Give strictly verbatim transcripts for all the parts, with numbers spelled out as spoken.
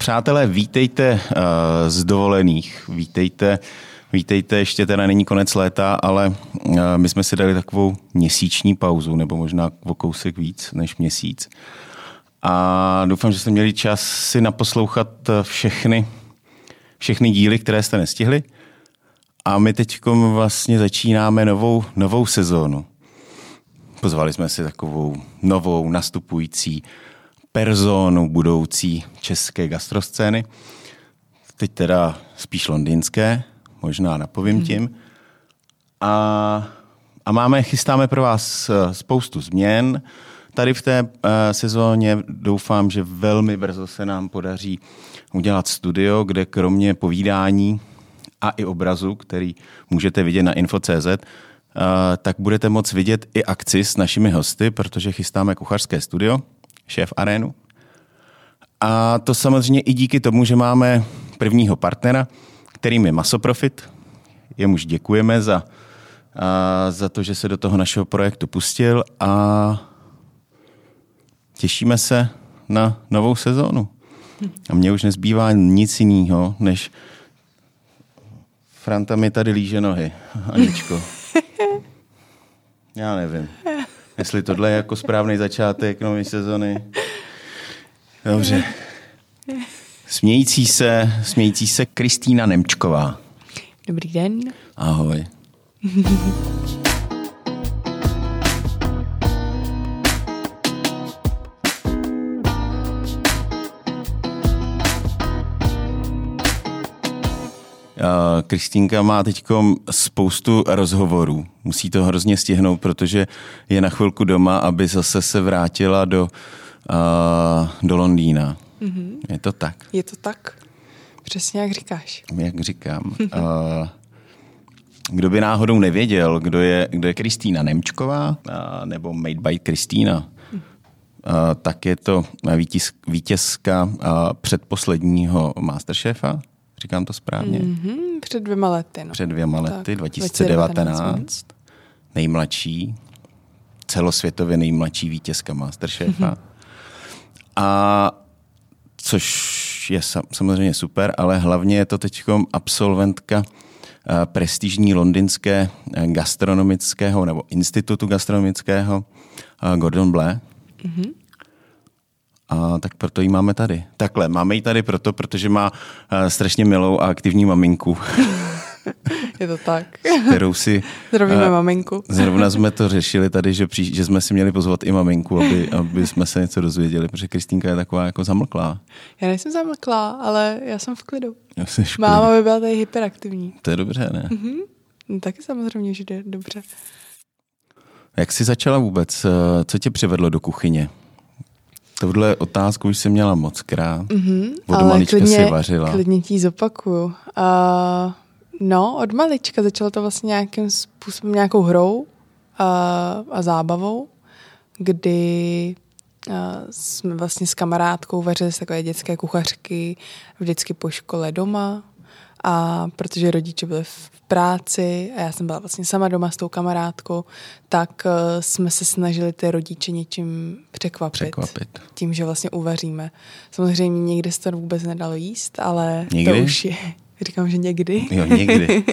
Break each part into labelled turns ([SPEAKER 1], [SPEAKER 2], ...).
[SPEAKER 1] Přátelé, vítejte uh, z dovolených, vítejte, vítejte, ještě teda není konec léta, ale uh, my jsme si dali takovou měsíční pauzu, nebo možná o kousek víc než měsíc. A doufám, že jste měli čas si naposlouchat všechny, všechny díly, které jste nestihli. A my teď vlastně začínáme novou, novou sezónu. Pozvali jsme si takovou novou nastupující personu budoucí české gastroscény. Teď teda spíš londýnské, možná napovím hmm. tím. A, a máme, chystáme pro vás spoustu změn. Tady v té uh, sezóně doufám, že velmi brzo se nám podaří udělat studio, kde kromě povídání a i obrazu, který můžete vidět na info tečka cé zet, uh, tak budete moct vidět i akci s našimi hosty, protože chystáme kuchařské studio, šéf arénu. A to samozřejmě i díky tomu, že máme prvního partnera, kterým je Masoprofit. Jemuž děkujeme za, uh, za to, že se do toho našeho projektu pustil a těšíme se na novou sezónu. A mně už nezbývá nic jiného, než Franta mi tady líže nohy. Aničko. Já nevím. Jestli tohle je jako správný začátek nové sezony. Dobře. Smějící se, smějící se Kristýna Nemčková.
[SPEAKER 2] Dobrý den.
[SPEAKER 1] Ahoj. Kristýnka má teď spoustu rozhovorů. Musí to hrozně stihnout, protože je na chvilku doma, aby zase se vrátila do, uh, do Londýna. Mm-hmm. Je to tak?
[SPEAKER 2] Je to tak. Přesně jak říkáš.
[SPEAKER 1] Jak říkám. uh, kdo by náhodou nevěděl, kdo je, kdo je Kristýna Nemčková uh, nebo Made by Kristýna, uh, tak je to vítěz, vítězka uh, předposledního Masterchefa. Říkám to správně?
[SPEAKER 2] Mm-hmm, před dvěma lety. No.
[SPEAKER 1] Před dvěma lety, tak, dva tisíce devatenáct. Nejmladší, celosvětově nejmladší vítězka Masterchefa. Mm-hmm. A což je samozřejmě super, ale hlavně je to teď absolventka prestižní londýnské gastronomického nebo institutu gastronomického Gordon Bleu. Mm-hmm. A tak proto ji máme tady. Takhle, máme ji tady proto, protože má uh, strašně milou a aktivní maminku.
[SPEAKER 2] Je to tak.
[SPEAKER 1] Kterou si...
[SPEAKER 2] Zdravíme uh, maminku.
[SPEAKER 1] Zrovna jsme to řešili tady, že, při, že jsme si měli pozvat i maminku, aby, aby jsme se něco dozvěděli, protože Kristýnka je taková jako zamlklá.
[SPEAKER 2] Já nejsem zamlklá, ale já jsem v klidu. Máma by byla tady hyperaktivní.
[SPEAKER 1] To je dobře, ne?
[SPEAKER 2] Mm-hmm. No, taky samozřejmě, že jde dobře.
[SPEAKER 1] Jak jsi začala vůbec? Co tě přivedlo do kuchyně? Tohle otázku už jsem měla mockrát. Mm-hmm, od malička klidně, si vařila.
[SPEAKER 2] Klidně ti zopakuju. Uh, no, od malička začalo to vlastně nějakým způsobem, nějakou hrou uh, a zábavou, kdy uh, jsme vlastně s kamarádkou vařili takové dětské kuchařky vždycky po škole doma. A protože rodiče byli v práci a já jsem byla vlastně sama doma s tou kamarádkou, tak uh, jsme se snažili ty rodiče něčím překvapit.
[SPEAKER 1] Překvapit.
[SPEAKER 2] Tím, že vlastně uvaříme. Samozřejmě někdy se to vůbec nedalo jíst, ale
[SPEAKER 1] někdy?
[SPEAKER 2] To už je. Říkám, že někdy.
[SPEAKER 1] Jo, někdy.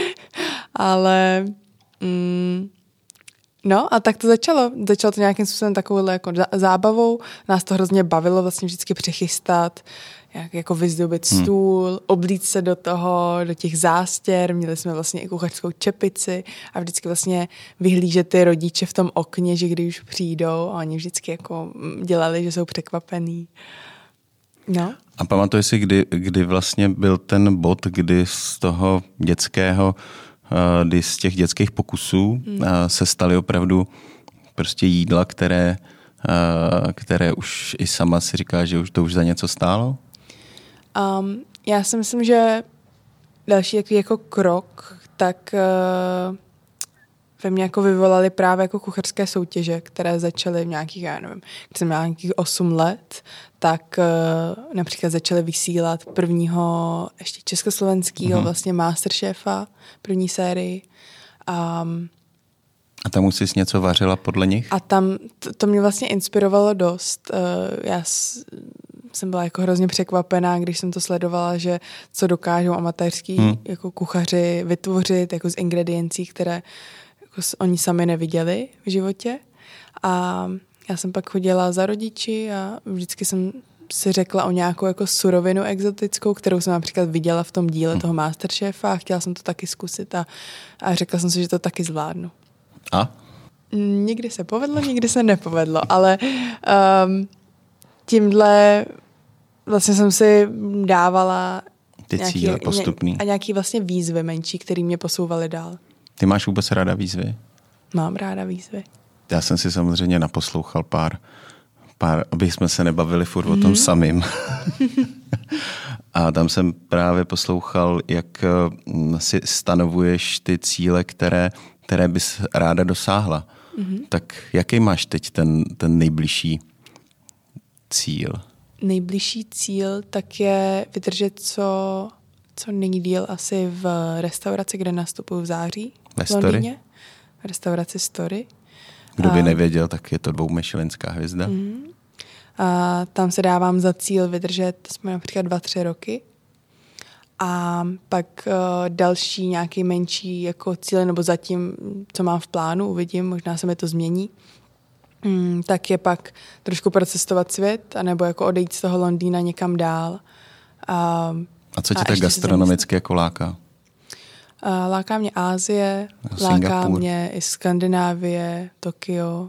[SPEAKER 2] ale mm, no a tak to začalo. Začalo to nějakým způsobem takovou jako zábavou. Nás to hrozně bavilo vlastně vždycky přechystat, jak jako vyzdobit stůl, hmm. oblít se do toho, do těch zástěr. Měli jsme vlastně i kuchařskou čepici a vždycky vlastně vyhlížet ty rodiče v tom okně, že když už přijdou, a oni vždycky jako dělali, že jsou překvapení. No.
[SPEAKER 1] A pamatuješ si, kdy, kdy vlastně byl ten bod, kdy z toho dětského, kdy z těch dětských pokusů hmm. se staly opravdu prostě jídla, které, které už i sama si říká, že už to už za něco stálo?
[SPEAKER 2] Um, já si myslím, že další jaký jako krok, tak uh, ve mně jako vyvolali právě jako kuchařské soutěže, které začaly v nějakých, já nevím, když jsem měla nějakých osm let, tak uh, například začaly vysílat prvního ještě československého mm-hmm. vlastně Masterchefa, první sérii. Um,
[SPEAKER 1] A tam už jsi něco vařila podle nich?
[SPEAKER 2] A tam to, to mě vlastně inspirovalo dost. Uh, já s, jsem byla jako hrozně překvapená, když jsem to sledovala, že co dokážou amatérský hmm. jako kuchaři vytvořit jako z ingrediencí, které jako oni sami neviděli v životě. A já jsem pak chodila za rodiči a vždycky jsem si řekla o nějakou jako surovinu exotickou, kterou jsem například viděla v tom díle toho Masterchefa a chtěla jsem to taky zkusit a, a řekla jsem si, že to taky zvládnu.
[SPEAKER 1] A?
[SPEAKER 2] Nikdy se povedlo, nikdy se nepovedlo, ale um, tímhle vlastně jsem si dávala
[SPEAKER 1] ty
[SPEAKER 2] nějaký,
[SPEAKER 1] cíle postupný.
[SPEAKER 2] A nějaký vlastně výzvy menší, který mě posouvaly dál.
[SPEAKER 1] Ty máš vůbec ráda výzvy?
[SPEAKER 2] Mám ráda výzvy.
[SPEAKER 1] Já jsem si samozřejmě naposlouchal pár, pár aby jsme se nebavili furt hmm. o tom samým. A tam jsem právě poslouchal, jak si stanovuješ ty cíle, které, které bys ráda dosáhla. Hmm. Tak jaký máš teď ten, ten nejbližší cíl?
[SPEAKER 2] Nejbližší cíl tak je vydržet co, co nejdýl asi v restauraci, kde nastupuji v září.
[SPEAKER 1] Ve
[SPEAKER 2] v Londýně.
[SPEAKER 1] Story?
[SPEAKER 2] V restauraci Story.
[SPEAKER 1] Kdo by nevěděl, tak je to dvoumešelinská hvězda.
[SPEAKER 2] Mm. A tam se dávám za cíl vydržet jsme například dva, tři roky. A pak uh, další nějaký menší jako cíl, nebo zatím, co mám v plánu, uvidím, možná se mi to změní, mm, tak je pak trošku procestovat svět, anebo jako odejít z toho Londýna někam dál. A,
[SPEAKER 1] a co tě tak gastronomicky jako láká?
[SPEAKER 2] A láká mě Asie, láká
[SPEAKER 1] Singapur.
[SPEAKER 2] mě i Skandinávie, Tokio.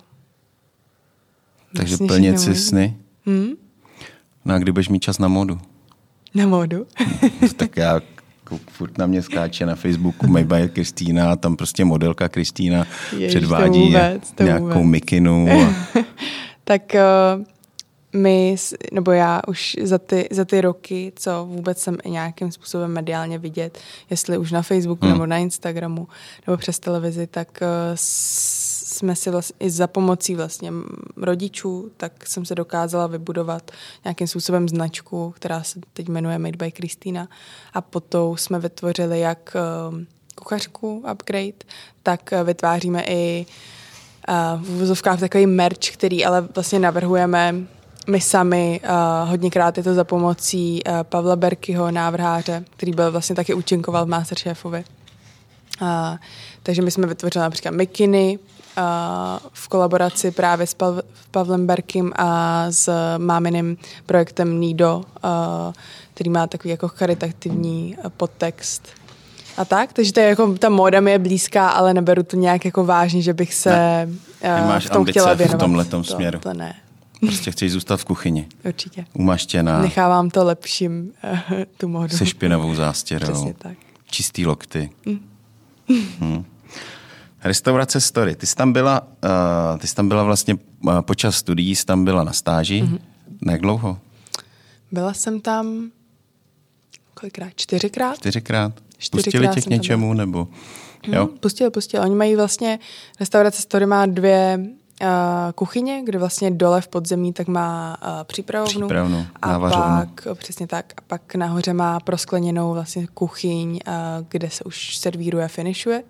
[SPEAKER 1] Takže plnit si sny?
[SPEAKER 2] Hmm?
[SPEAKER 1] No a kdy budeš mít čas na módu?
[SPEAKER 2] Na módu?
[SPEAKER 1] Tak já furt na mě skáče na Facebooku Made by Kristýna a tam prostě modelka Kristýna předvádí
[SPEAKER 2] to vůbec, to
[SPEAKER 1] nějakou
[SPEAKER 2] vůbec.
[SPEAKER 1] mikinu. A...
[SPEAKER 2] tak uh, my, nebo já už za ty, za ty roky, co vůbec jsem nějakým způsobem mediálně vidět, jestli už na Facebooku hmm. nebo na Instagramu nebo přes televizi, tak uh, jsme si vlastně i za pomocí vlastně rodičů, tak jsem se dokázala vybudovat nějakým způsobem značku, která se teď jmenuje Made by Kristýna. A potom jsme vytvořili jak uh, kuchařku Upgrade, tak uh, vytváříme i uh, v uvozovkách takový merch, který ale vlastně navrhujeme my sami. Uh, hodněkrát je to za pomocí uh, Pavla Berkyho, návrháře, který byl vlastně taky účinkoval v Masterchefovi. Uh, takže my jsme vytvořili například mikiny uh, v kolaboraci právě s Pav- Pavlem Berkym a s máminým projektem Nido, uh, který má takový jako charitativní uh, podtext. A tak, takže to je jako, ta móda mi je blízká, ale neberu to nějak jako vážně, že bych se
[SPEAKER 1] ne.
[SPEAKER 2] uh, v tom chtěla věnovat.
[SPEAKER 1] V tomhletom
[SPEAKER 2] to,
[SPEAKER 1] směru.
[SPEAKER 2] To ne.
[SPEAKER 1] Prostě chceš zůstat v kuchyni.
[SPEAKER 2] Určitě.
[SPEAKER 1] Umaštěná.
[SPEAKER 2] Nechávám to lepším, uh, tu módu.
[SPEAKER 1] Se špinavou zástěrou.
[SPEAKER 2] Přesně tak.
[SPEAKER 1] Čistý lokty. Mm. Hmm. Restaurace Story. Ty jsi tam byla, uh, ty jsi tam byla vlastně uh, počas studií, jsi tam byla na stáži. Mm-hmm. Na jak dlouho?
[SPEAKER 2] Byla jsem tam kolikrát? Čtyřikrát?
[SPEAKER 1] Čtyřikrát.
[SPEAKER 2] Čtyřikrát
[SPEAKER 1] Pustili tě k něčemu, nebo?
[SPEAKER 2] Hmm,
[SPEAKER 1] jo?
[SPEAKER 2] Pustili, pustili. Oni mají vlastně, restaurace Story má dvě uh, kuchyně, kde vlastně dole v podzemí tak má uh, přípravovnu.
[SPEAKER 1] Přípravnu,
[SPEAKER 2] a
[SPEAKER 1] návařovnu.
[SPEAKER 2] pak, přesně tak, a pak nahoře má proskleněnou vlastně kuchyň, uh, kde se už servíruje a finišuje.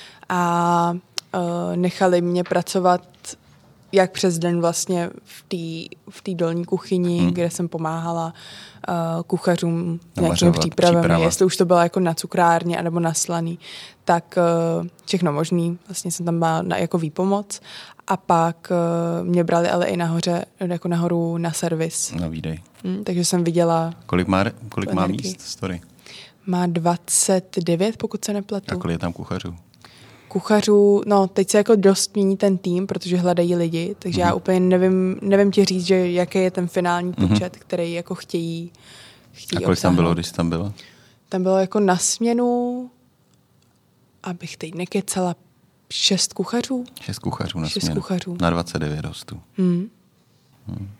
[SPEAKER 2] A uh, nechali mě pracovat jak přes den vlastně v té v té dolní kuchyni, hmm. kde jsem pomáhala uh, kuchařům nějakými přípravami, příprava. Jestli už to bylo jako na cukrárně anebo na slaný, tak uh, všechno možný. Vlastně jsem tam byla na, jako výpomoc a pak uh, mě brali ale i nahoře, jako nahoru na servis.
[SPEAKER 1] Na výdej.
[SPEAKER 2] Hmm, takže jsem viděla...
[SPEAKER 1] Kolik má, kolik má míst Story?
[SPEAKER 2] Má dvacet devět, pokud se nepletu.
[SPEAKER 1] A kolik je tam kuchařů?
[SPEAKER 2] Kuchařů, no teď se jako dost mění ten tým, protože hledají lidi, takže mm-hmm. já úplně nevím, nevím ti říct, že jaký je ten finální počet, mm-hmm. který jako chtějí, chtějí
[SPEAKER 1] A kolik
[SPEAKER 2] obsáhnout.
[SPEAKER 1] tam bylo, když jsi tam byla?
[SPEAKER 2] Tam bylo jako na směnu, abych teď nekecala, šest kuchařů.
[SPEAKER 1] Šest kuchařů na
[SPEAKER 2] šest
[SPEAKER 1] směnu.
[SPEAKER 2] Kuchařů.
[SPEAKER 1] Na dvacet devět hostů.
[SPEAKER 2] Hmm.
[SPEAKER 1] Hmm.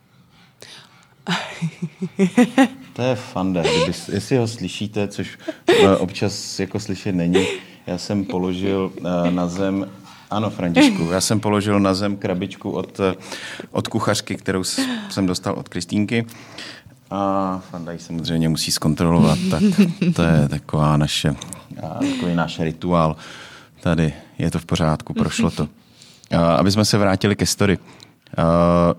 [SPEAKER 1] To je fanda. Kdyby, jestli ho slyšíte, což občas jako slyšet není, já jsem položil na zem, ano Františku, já jsem položil na zem krabičku od, od kuchařky, kterou jsem dostal od Kristýnky. A Fanda ji samozřejmě musí zkontrolovat, tak to je taková naše, takový náš rituál. Tady je to v pořádku, prošlo to. Aby jsme se vrátili ke Story.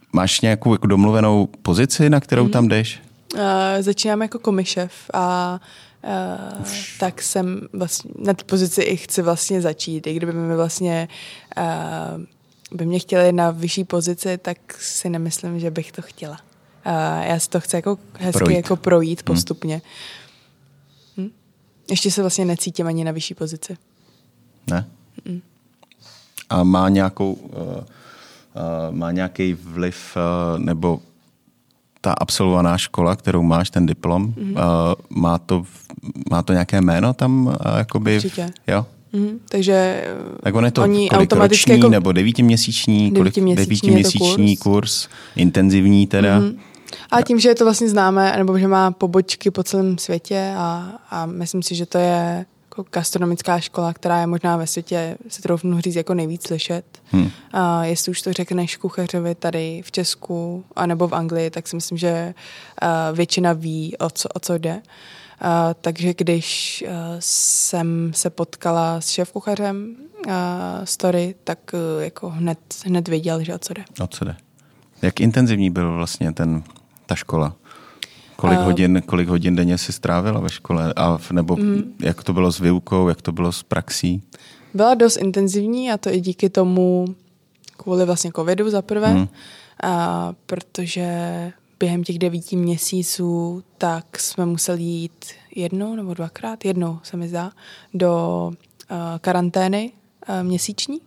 [SPEAKER 1] máš nějakou jako domluvenou pozici, na kterou mm. tam jdeš?
[SPEAKER 2] Uh, začínám jako komišev a uh, tak jsem vlastně na té pozici i chci vlastně začít. I kdyby mi vlastně uh, by mě chtěli na vyšší pozici, tak si nemyslím, že bych to chtěla. Uh, já si to chci jako hezky projít, jako projít postupně. Hmm. Hm? Ještě se vlastně necítím ani na vyšší pozici.
[SPEAKER 1] Ne? Mm. A má nějakou uh, uh, má nějaký vliv uh, nebo ta absolvovaná škola, kterou máš, ten diplom, mm. uh, má to má to nějaké jméno tam? Uh, jakoby,
[SPEAKER 2] určitě.
[SPEAKER 1] Jo?
[SPEAKER 2] Mm, takže
[SPEAKER 1] tak on je to
[SPEAKER 2] oni
[SPEAKER 1] kolik
[SPEAKER 2] automaticky
[SPEAKER 1] roční,
[SPEAKER 2] jako
[SPEAKER 1] nebo devítiměsíční,
[SPEAKER 2] devítiměsíční,
[SPEAKER 1] devítiměsíční kurz. kurz, intenzivní teda. Mm.
[SPEAKER 2] A tím, že je to vlastně známé, nebo že má pobočky po celém světě a, a myslím si, že to je jako gastronomická škola, která je možná ve světě, se troufnu říct, jako nejvíc slyšet. Hmm. A jestli už to řekneš kuchařovi tady v Česku anebo v Anglii, tak si myslím, že většina ví, o co, o co jde. Uh, takže když uh, jsem se potkala s šéfkuchařem uh, Story, tak uh, jako hned, hned věděl, že o co jde.
[SPEAKER 1] O co jde. Jak intenzivní byl vlastně ten, ta škola? Kolik, uh, hodin, kolik hodin denně jsi strávila ve škole? A, nebo mm. jak to bylo s výukou, jak to bylo s praxí?
[SPEAKER 2] Byla dost intenzivní a to i díky tomu, kvůli vlastně covidu za prvé, mm. uh, protože během těch devíti měsíců tak jsme museli jít jednou nebo dvakrát, jednou se mi zdá, do uh, karantény uh, měsíční,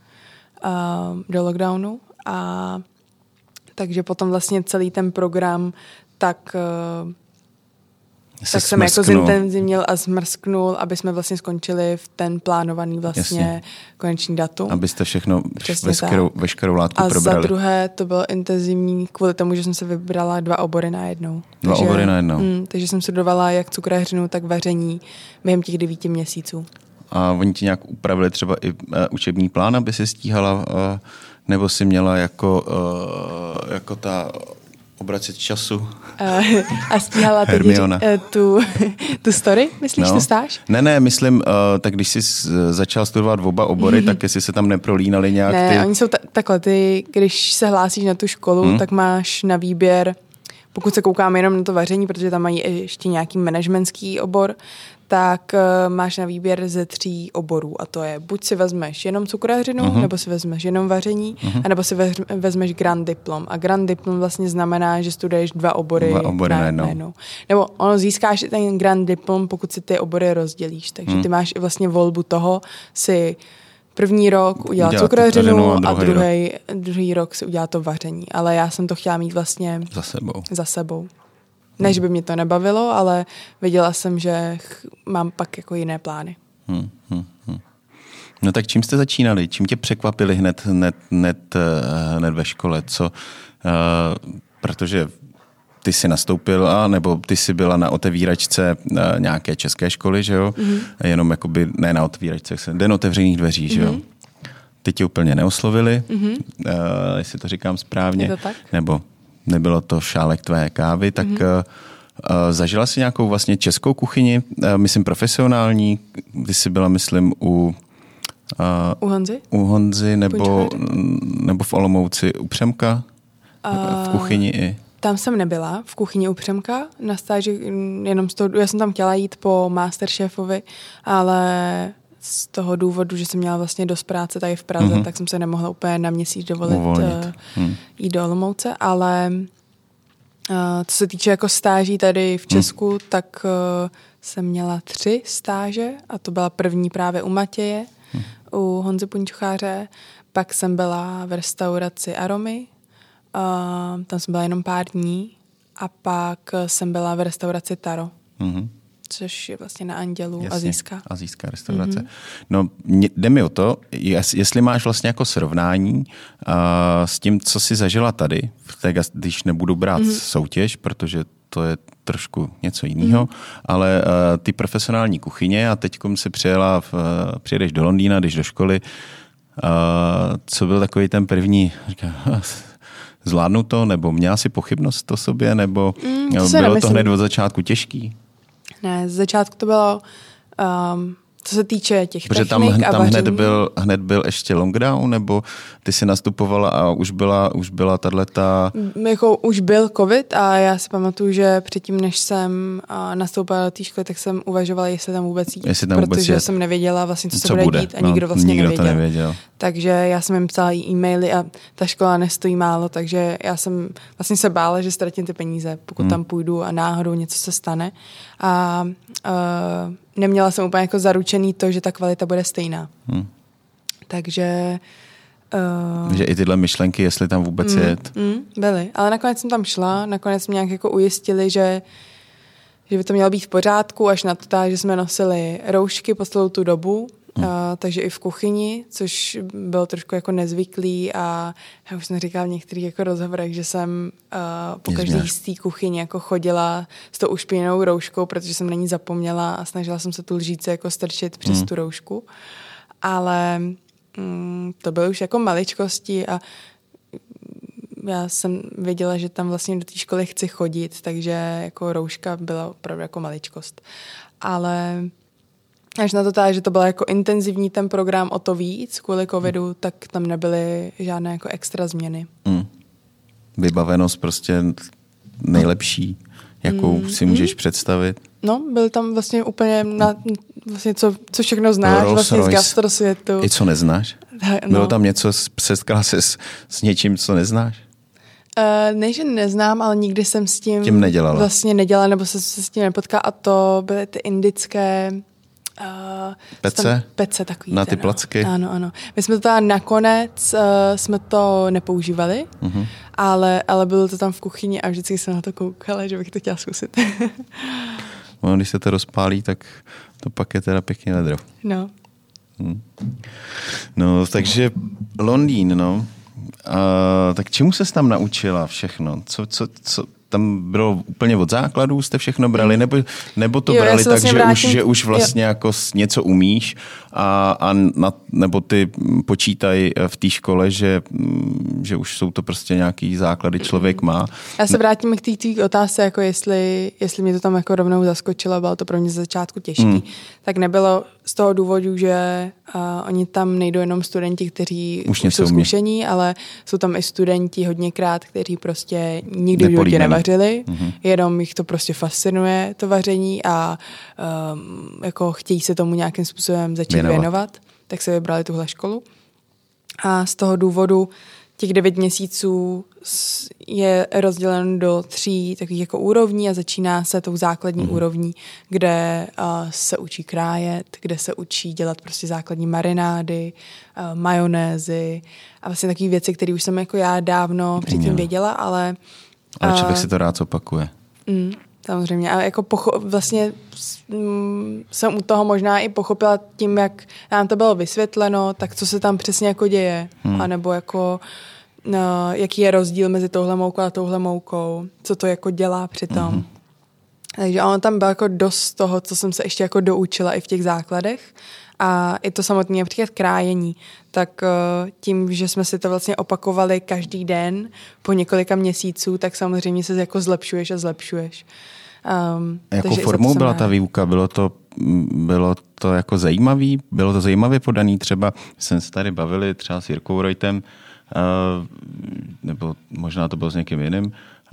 [SPEAKER 2] uh, do lockdownu a takže potom vlastně celý ten program tak, uh, tak jsem jako zintenzivnil a zmrsknul, aby jsme vlastně skončili v ten plánovaný vlastně Jasně. konečný datum.
[SPEAKER 1] Abyste všechno, veškerou, veškerou látku
[SPEAKER 2] a
[SPEAKER 1] probrali.
[SPEAKER 2] A za druhé to bylo intenzivní kvůli tomu, že jsem se vybrala dva obory najednou.
[SPEAKER 1] Dva takže, obory najednou.
[SPEAKER 2] Mm, takže jsem studovala jak cukrařinu, tak vaření během těch devíti měsíců.
[SPEAKER 1] A oni ti nějak upravili třeba i uh, učební plán, aby si stíhala, uh, nebo si měla jako, uh, jako ta obracet času. Uh,
[SPEAKER 2] a stíhala tedy uh, tu, tu story, myslíš, no. tu stáž?
[SPEAKER 1] Ne, ne, myslím, uh, tak když jsi začal studovat oba obory, mm-hmm. tak jestli se tam neprolínali nějak
[SPEAKER 2] ne,
[SPEAKER 1] ty...
[SPEAKER 2] Ne, oni jsou ta- takhle, ty, když se hlásíš na tu školu, hmm. tak máš na výběr, pokud se koukáme jenom na to vaření, protože tam mají ještě nějaký managementský obor, tak uh, máš na výběr ze tří oborů a to je, buď si vezmeš jenom cukrařinu, uh-huh. nebo si vezmeš jenom vaření, uh-huh. anebo si vezmeš grand diplom. A grand diplom vlastně znamená, že studuješ dva obory,
[SPEAKER 1] dva obory
[SPEAKER 2] na,
[SPEAKER 1] najednou.
[SPEAKER 2] najednou. Nebo ono získáš ten grand diplom, pokud si ty obory rozdělíš. Takže uh-huh. ty máš vlastně volbu toho si první rok udělat Udělat cukrařinu a, a druhý, rok. druhý rok si udělat to vaření. Ale já jsem to chtěla mít vlastně
[SPEAKER 1] za sebou.
[SPEAKER 2] Za sebou. Ne, že by mě to nebavilo, ale věděla jsem, že mám pak jako jiné plány.
[SPEAKER 1] Hmm, hmm, hmm. No tak čím jste začínali? Čím tě překvapili hned, hned, hned, hned ve škole? Co? Uh, protože ty jsi nastoupila, nebo ty jsi byla na otevíračce uh, nějaké české školy, že jo? Mm-hmm. Jenom jakoby, ne na otevíračce, den otevřených dveří, mm-hmm. že jo? Ty tě úplně neoslovili, mm-hmm. uh, jestli to říkám správně.
[SPEAKER 2] Je to tak?
[SPEAKER 1] Nebo nebylo to šálek tvé kávy, tak mm-hmm. uh, zažila jsi nějakou vlastně českou kuchyni, uh, myslím profesionální, ty jsi byla, myslím, u...
[SPEAKER 2] Uh, u Honzy?
[SPEAKER 1] U Honzy, nebo, nebo v Olomouci u Přemka, uh, v kuchyni i...
[SPEAKER 2] Tam jsem nebyla, v kuchyni u Přemka, na stáži, jenom z toho, já jsem tam chtěla jít po Masterchefovi, ale z toho důvodu, že jsem měla vlastně dost práce tady v Praze, mm-hmm. tak jsem se nemohla úplně na měsíc dovolit uh, hmm. jít do Olomouce, ale uh, co se týče jako stáží tady v Česku, hmm. tak uh, jsem měla tři stáže a to byla první právě u Matěje, hmm. u Honzy Punčucháře, pak jsem byla v restauraci Aromy, uh, tam jsem byla jenom pár dní a pak jsem byla v restauraci Taro. Hmm. Což je vlastně na Andělu, Jasně, azijská.
[SPEAKER 1] Azijská restaurace. Mm-hmm. No, jde mi o to, jestli máš vlastně jako srovnání uh, s tím, co jsi zažila tady, tak když nebudu brát mm-hmm. soutěž, protože to je trošku něco jiného, mm-hmm. ale uh, ty profesionální kuchyně a teďkom si přijela, v, uh, přijedeš do Londýna, jdeš do školy, uh, co byl takový ten první, říká, zvládnu to, nebo měla si pochybnost o sobě, nebo mm, to bylo to hned od začátku těžký?
[SPEAKER 2] Ne, z začátku to bylo um, co se týče těch
[SPEAKER 1] Protože
[SPEAKER 2] technik
[SPEAKER 1] tam,
[SPEAKER 2] a
[SPEAKER 1] tam hned
[SPEAKER 2] vaření.
[SPEAKER 1] byl, hned byl ještě lockdown, nebo ty si nastupovala a už byla, už byla tato...
[SPEAKER 2] Jako už byl covid a já si pamatuju, že předtím, než jsem a, nastoupila do té školy, tak jsem uvažovala, jestli tam vůbec jít,
[SPEAKER 1] Jestli tam vůbec
[SPEAKER 2] protože
[SPEAKER 1] jet.
[SPEAKER 2] jsem nevěděla vlastně, co,
[SPEAKER 1] Co
[SPEAKER 2] se bude
[SPEAKER 1] bude.
[SPEAKER 2] dít a
[SPEAKER 1] No,
[SPEAKER 2] nikdo vlastně
[SPEAKER 1] nikdo
[SPEAKER 2] nevěděl.
[SPEAKER 1] to nevěděl.
[SPEAKER 2] Takže já jsem jim psala i e-maily a ta škola nestojí málo, takže já jsem vlastně se bála, že ztratím ty peníze, pokud hmm. tam půjdu a náhodou něco se stane. A uh, neměla jsem úplně jako zaručený to, že ta kvalita bude stejná. Hmm. Takže...
[SPEAKER 1] Uh, že i tyhle myšlenky, jestli tam vůbec
[SPEAKER 2] mm,
[SPEAKER 1] jet.
[SPEAKER 2] Mm, byly, ale nakonec jsem tam šla, nakonec mě nějak jako ujistili, že, že by to mělo být v pořádku, až na to tak, že jsme nosili roušky po celou tu dobu, mm. uh, takže i v kuchyni, což bylo trošku jako nezvyklý a já už jsem říkala v některých jako rozhovorech, že jsem uh, po každý z té kuchyni jako chodila s tou ušpiněnou rouškou, protože jsem na ní zapomněla a snažila jsem se tu lžíce jako strčit přes mm. tu roušku, ale Mm, to byly už jako maličkosti a já jsem věděla, že tam vlastně do té školy chci chodit, takže jako rouška byla opravdu jako maličkost. Ale až na to tak, že to byla jako intenzivní ten program o to víc kvůli covidu, tak tam nebyly žádné jako extra změny. Mm.
[SPEAKER 1] Vybavenost prostě nejlepší, jakou mm. si můžeš mm. představit.
[SPEAKER 2] No, byl tam vlastně úplně na, vlastně co, co všechno znáš Rolls vlastně Royce. Z gastrosvětu.
[SPEAKER 1] I co neznáš? No. Bylo tam něco, setkala se s, s něčím, co neznáš?
[SPEAKER 2] Uh, ne, že neznám, ale nikdy jsem s tím,
[SPEAKER 1] tím nedělala.
[SPEAKER 2] vlastně nedělala, nebo jsem se s tím nepotkala a to byly ty indické uh,
[SPEAKER 1] pece?
[SPEAKER 2] Pece takový.
[SPEAKER 1] Na ty placky?
[SPEAKER 2] No. Ano, ano. My jsme to tam nakonec, uh, jsme to nepoužívali, uh-huh. ale, ale bylo to tam v kuchyni a vždycky jsem na to koukala, že bych to chtěla zkusit.
[SPEAKER 1] No, když se to rozpálí, tak to pak je teda pěkně ledro.
[SPEAKER 2] No.
[SPEAKER 1] Hmm. No, takže Londýn, no. A, tak čemu ses tam naučila všechno? Co, co, co tam bylo úplně od základů, jste všechno brali? Nebo, nebo to jo, brali tak, vlastně že, vrátím, už, že už vlastně jo. jako něco umíš a, a na, nebo ty počítají v té škole, že, že už jsou to prostě nějaký základy člověk má.
[SPEAKER 2] Já se vrátím k té tvý otázce, jako jestli, jestli mě to tam jako rovnou zaskočilo, bylo to pro mě z začátku těžký. Hmm. Tak nebylo z toho důvodu, že uh, oni tam nejdou jenom studenti, kteří už jsou zkušení, ale jsou tam i studenti hodněkrát, kteří prostě nikdy v životě nevařili, mm-hmm. jenom jich to prostě fascinuje, to vaření a um, jako chtějí se tomu nějakým způsobem začít věnovat. věnovat, tak se vybrali tuhle školu. A z toho důvodu těch devět měsíců je rozdělen do tří takových jako úrovní a začíná se tou základní mm. úrovní, kde uh, se učí krájet, kde se učí dělat prostě základní marinády, uh, majonézy a vlastně takové věci, které už jsem jako já dávno předtím no. věděla, ale...
[SPEAKER 1] Ale člověk uh, si to rád opakuje.
[SPEAKER 2] Mm, samozřejmě. A jako pocho- vlastně mm, jsem u toho možná i pochopila tím, jak nám to bylo vysvětleno, tak co se tam přesně jako děje. Hmm. A nebo jako no, jaký je rozdíl mezi touhle moukou a touhle moukou. Co to jako dělá přitom. Hmm. Takže ono tam bylo jako dost toho, co jsem se ještě jako doučila i v těch základech. A i to samotné například krájení, tak tím, že jsme si to vlastně opakovali každý den po několika měsíců, tak samozřejmě se jako zlepšuješ a zlepšuješ. Um,
[SPEAKER 1] Jakou formou byla ta výuka? Bylo to, bylo to jako zajímavý? Bylo to zajímavě podaný? Třeba jsme se tady bavili třeba s Jirkou Reutem, uh, nebo možná to bylo s někým jiným, uh,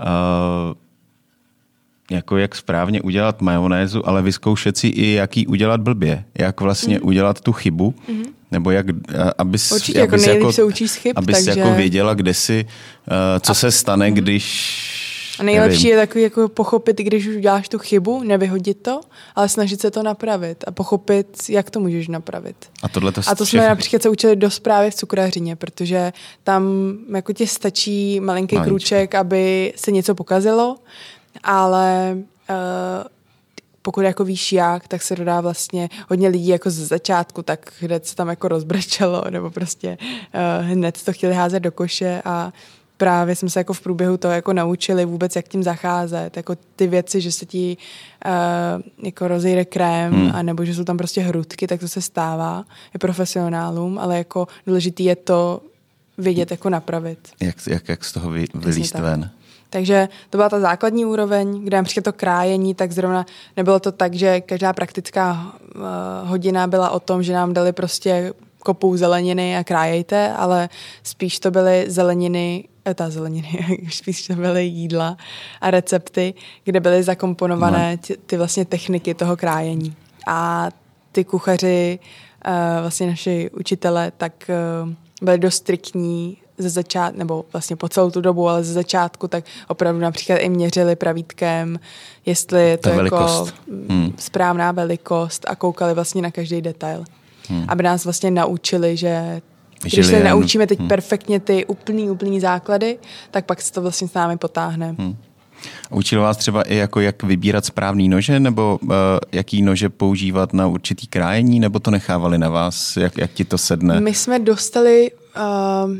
[SPEAKER 1] jako jak správně udělat majonézu, ale vyzkoušet si i jaký udělat blbě. Jak vlastně mm. udělat tu chybu, mm. nebo jak, abys,
[SPEAKER 2] Určitě,
[SPEAKER 1] abys,
[SPEAKER 2] jako
[SPEAKER 1] jako,
[SPEAKER 2] se učíš z chyb,
[SPEAKER 1] abys
[SPEAKER 2] takže...
[SPEAKER 1] jako věděla, kde si, uh, co a... se stane, mm. když...
[SPEAKER 2] A nejlepší nevím. Je takový jako pochopit, když už uděláš tu chybu, nevyhodit to, ale snažit se to napravit a pochopit, jak to můžeš napravit.
[SPEAKER 1] A, tohle to
[SPEAKER 2] a to jsme například se učili dost právě v cukrařině, protože tam jako ti stačí malinký Maličko. krůček, aby se něco pokazilo, ale uh, pokud jako víš jak, tak se dodá vlastně hodně lidí jako ze začátku, tak hned se tam jako rozbrečelo, nebo prostě uh, hned to chtěli házet do koše a právě jsme se jako v průběhu toho jako naučili vůbec, jak tím zacházet, jako ty věci, že se ti uh, jako rozejde krém, hmm. a nebo že jsou tam prostě hrudky, tak to se stává i profesionálům, ale jako důležitý je to vědět, jako napravit.
[SPEAKER 1] Jak, jak, jak z toho vy, vylíst ven?
[SPEAKER 2] Takže to byla ta základní úroveň, kde například to krájení, tak zrovna nebylo to tak, že každá praktická uh, hodina byla o tom, že nám dali prostě kopu zeleniny a krájejte, ale spíš to byly zeleniny, ta zeleniny, spíš to byly jídla a recepty, kde byly zakomponované ty, ty vlastně techniky toho krájení. A ty kuchaři, uh, vlastně naši učitele, tak uh, byli dost striktní ze začátku, nebo vlastně po celou tu dobu, ale ze začátku, tak opravdu například i měřili pravítkem, jestli je to
[SPEAKER 1] Ta
[SPEAKER 2] jako
[SPEAKER 1] velikost. Hmm.
[SPEAKER 2] správná velikost a koukali vlastně na každý detail. Hmm. Aby nás vlastně naučili, že když
[SPEAKER 1] Žili
[SPEAKER 2] se
[SPEAKER 1] jen...
[SPEAKER 2] naučíme teď
[SPEAKER 1] hmm.
[SPEAKER 2] perfektně ty úplný, úplný základy, tak pak se to vlastně s námi potáhne.
[SPEAKER 1] Hmm. Učil vás třeba i jako jak vybírat správný nože, nebo uh, jaký nože používat na určitý krájení, nebo to nechávali na vás, jak, jak ti to sedne?
[SPEAKER 2] My jsme dostali uh,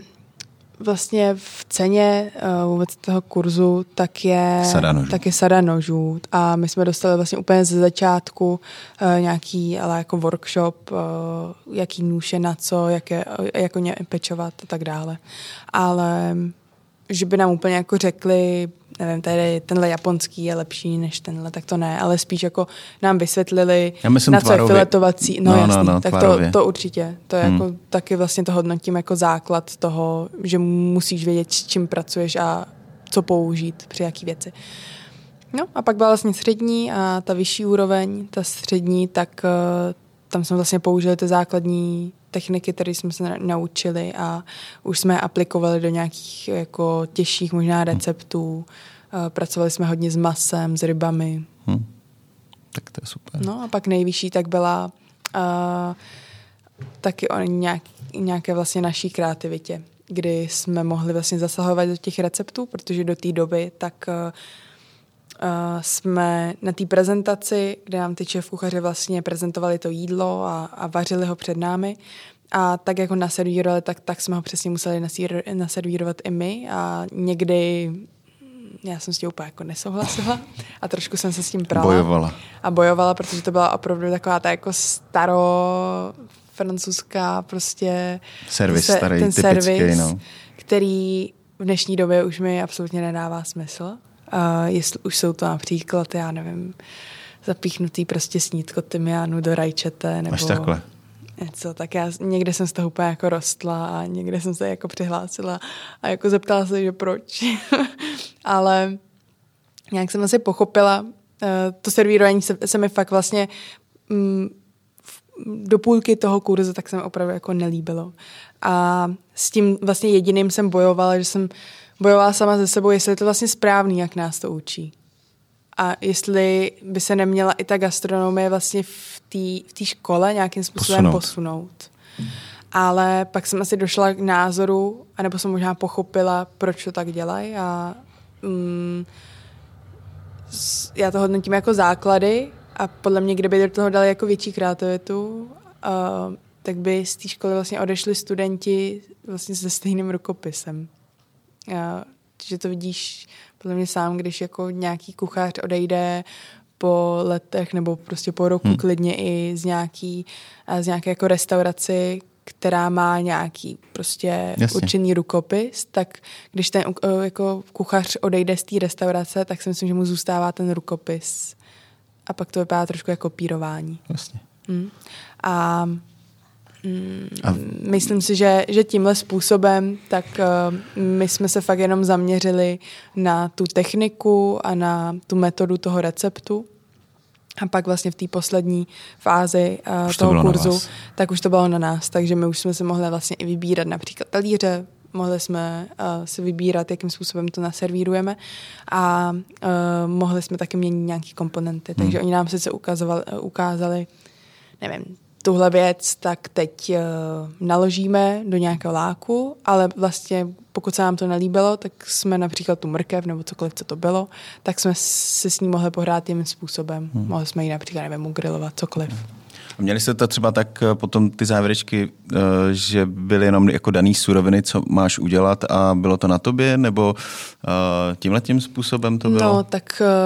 [SPEAKER 2] vlastně v ceně uh, vůbec toho kurzu tak je,
[SPEAKER 1] sada nožů.
[SPEAKER 2] tak je sada nožů a my jsme dostali vlastně úplně ze začátku uh, nějaký ale jako workshop, uh, jaký nůž je na co, jak je, jako ně pečovat a tak dále. Ale že by nám úplně jako řekli, nevím, tady tenhle japonský je lepší než tenhle, tak to ne, ale spíš jako nám vysvětlili,
[SPEAKER 1] myslím,
[SPEAKER 2] na co
[SPEAKER 1] tvarově.
[SPEAKER 2] je filetovací. No,
[SPEAKER 1] no,
[SPEAKER 2] jasný,
[SPEAKER 1] no, no,
[SPEAKER 2] tak to, to určitě. To je hmm. jako taky vlastně to hodnotím jako základ toho, že musíš vědět, s čím pracuješ a co použít při jaký věci. No a pak byla vlastně střední a ta vyšší úroveň, ta střední, tak uh, tam jsme vlastně použili ty základní techniky, které jsme se naučili a už jsme je aplikovali do nějakých jako těžších možná receptů. Pracovali jsme hodně s masem, s rybami.
[SPEAKER 1] Hmm. Tak to je super.
[SPEAKER 2] No a pak nejvyšší tak byla uh, taky o nějak, nějaké vlastně naší kreativitě, kdy jsme mohli vlastně zasahovat do těch receptů, protože do té doby tak uh, Uh, jsme na té prezentaci, kde nám ty šéfkuchaři vlastně prezentovali to jídlo a, a vařili ho před námi a tak jako naservírovali, tak, tak jsme ho přesně museli nasír, naservírovat i my a někdy já jsem s tím úplně jako nesouhlasila a trošku jsem se s tím prala.
[SPEAKER 1] Bojovala.
[SPEAKER 2] A bojovala, protože to byla opravdu taková ta jako staro francouzská prostě
[SPEAKER 1] servis,
[SPEAKER 2] se,
[SPEAKER 1] starý,
[SPEAKER 2] ten
[SPEAKER 1] typický,
[SPEAKER 2] servis,
[SPEAKER 1] no.
[SPEAKER 2] který v dnešní době už mi absolutně nedává smysl. Uh, jestli už jsou to například, já nevím, zapíchnutý prostě snídko tymiánu do rajčete, nebo
[SPEAKER 1] až takhle.
[SPEAKER 2] něco, tak já někde jsem z toho úplně jako rostla a někde jsem se jako přihlásila a jako zeptala se, že proč. Ale nějak jsem asi pochopila, uh, to servírování se, se mi fakt vlastně um, do půlky toho kurzu tak se mi opravdu jako nelíbilo. A s tím vlastně jediným jsem bojovala, že jsem bojovala sama ze sebou, jestli je to vlastně správný, jak nás to učí. A jestli by se neměla i ta gastronomie vlastně v té v té škole nějakým způsobem posunout. posunout. Ale pak jsem asi došla k názoru, anebo jsem možná pochopila, proč to tak dělají. A mm, já to hodnotím jako základy a podle mě, kdyby do toho dali jako větší kreativitu, uh, tak by z té školy vlastně odešli studenti vlastně se stejným rukopisem. Já, že to vidíš podle mě sám, když jako nějaký kuchař odejde po letech nebo prostě po roku hmm. klidně i z nějaký, z nějaké jako restauraci, která má nějaký prostě
[SPEAKER 1] Jasně.
[SPEAKER 2] určený rukopis, tak když ten jako kuchař odejde z té restaurace, tak si myslím, že mu zůstává ten rukopis. A pak to vypadá trošku jako kopírování.
[SPEAKER 1] Jasně.
[SPEAKER 2] Hmm. A A myslím si, že, že tímhle způsobem tak uh, my jsme se fakt jenom zaměřili na tu techniku a na tu metodu toho receptu. A pak vlastně v té poslední fázi uh, toho to kurzu, tak už to bylo na nás. Takže my už jsme se mohli vlastně i vybírat například talíře, mohli jsme uh, si vybírat, jakým způsobem to naservírujeme a uh, mohli jsme taky měnit nějaké komponenty. Takže hmm. oni nám sice ukazovali, ukázali, nevím, tuhle věc, tak teď uh, naložíme do nějakého láku, ale vlastně pokud se nám to nelíbilo, tak jsme například tu mrkev nebo cokoliv, co to bylo, tak jsme si s ní mohli pohrát jiným způsobem. Hmm. Mohli jsme ji například, nevím, ugrilovat, cokoliv.
[SPEAKER 1] A měli jste to třeba tak potom ty závěrečky, uh, že byly jenom jako daný suroviny, co máš udělat a bylo to na tobě, nebo uh, tímhletím způsobem to bylo?
[SPEAKER 2] No, tak uh,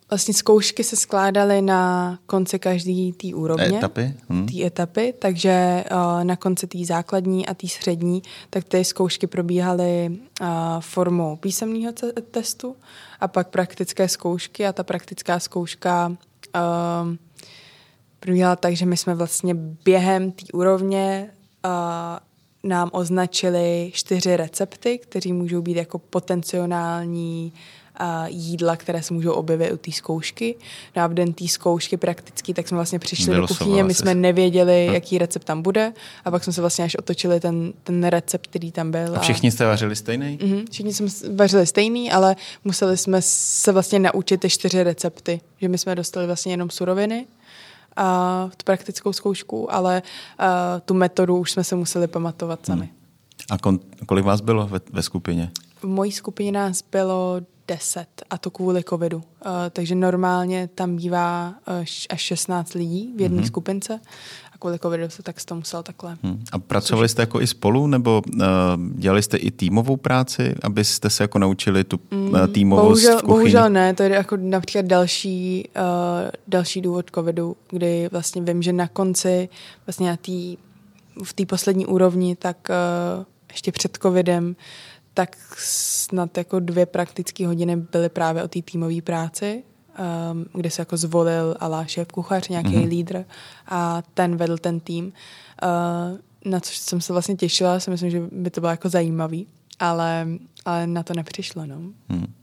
[SPEAKER 2] Vlastně zkoušky se skládaly na konci každé té úrovně.
[SPEAKER 1] Etapy? Hmm.
[SPEAKER 2] Té etapy, takže uh, na konci té základní a té střední, tak ty zkoušky probíhaly uh, formou písemného testu a pak praktické zkoušky a ta praktická zkouška uh, probíhala tak, že my jsme vlastně během té úrovně uh, nám označili čtyři recepty, které můžou být jako potenciální a jídla, které se můžou objevit u té zkoušky. No a v den té zkoušky prakticky, tak jsme vlastně přišli do kuchyně, my jsme nevěděli, hm. jaký recept tam bude a pak jsme se vlastně až otočili ten, ten recept, který tam byl.
[SPEAKER 1] A všichni jste vařili stejný?
[SPEAKER 2] Mm-hmm, všichni jsme vařili stejný, ale museli jsme se vlastně naučit ty čtyři recepty, že my jsme dostali vlastně jenom suroviny a tu praktickou zkoušku, ale a, tu metodu už jsme se museli pamatovat sami.
[SPEAKER 1] Hmm. A kon, kolik vás bylo ve, ve skupině?
[SPEAKER 2] V mojí skupině nás bylo deset a to kvůli covidu. Uh, takže normálně tam bývá uh, až šestnáct lidí v jedné mm-hmm. skupince a kvůli covidu se tak to muselo takhle.
[SPEAKER 1] Hmm. A pracovali jste jako i spolu nebo uh, dělali jste i týmovou práci, abyste se jako naučili tu uh, týmovost
[SPEAKER 2] bohužel,
[SPEAKER 1] v kuchyni?
[SPEAKER 2] Bohužel ne, to je jako například další, uh, další důvod covidu, kdy vlastně vím, že na konci vlastně na tý, v té poslední úrovni, tak uh, ještě před covidem tak snad jako dvě praktické hodiny byly právě o té týmové práci, um, kde se jako zvolil ala šéf kuchař, nějaký mm-hmm. lídr a ten vedl ten tým. Uh, na což jsem se vlastně těšila, si myslím, že by to bylo jako zajímavý, ale, ale na to nepřišlo. No.
[SPEAKER 1] Hmm. Uh,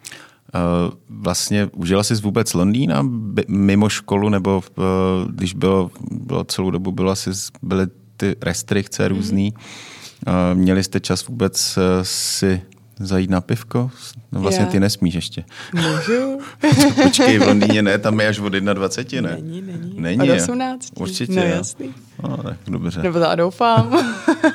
[SPEAKER 1] vlastně užila jsi vůbec Londýna mimo školu, nebo uh, když bylo, bylo celou dobu bylo asi, byly ty restrikce různý, mm-hmm. uh, měli jste čas vůbec uh, si zajít na pivko? No vlastně yeah. Ty nesmíš ještě.
[SPEAKER 2] Můžu.
[SPEAKER 1] Počkej, v Londýně ne, tam je až od dvacet jedna, ne?
[SPEAKER 2] Není, není.
[SPEAKER 1] Není
[SPEAKER 2] od osmnácti.
[SPEAKER 1] Určitě.
[SPEAKER 2] No jasný.
[SPEAKER 1] No, tak dobře.
[SPEAKER 2] Nebo to doufám.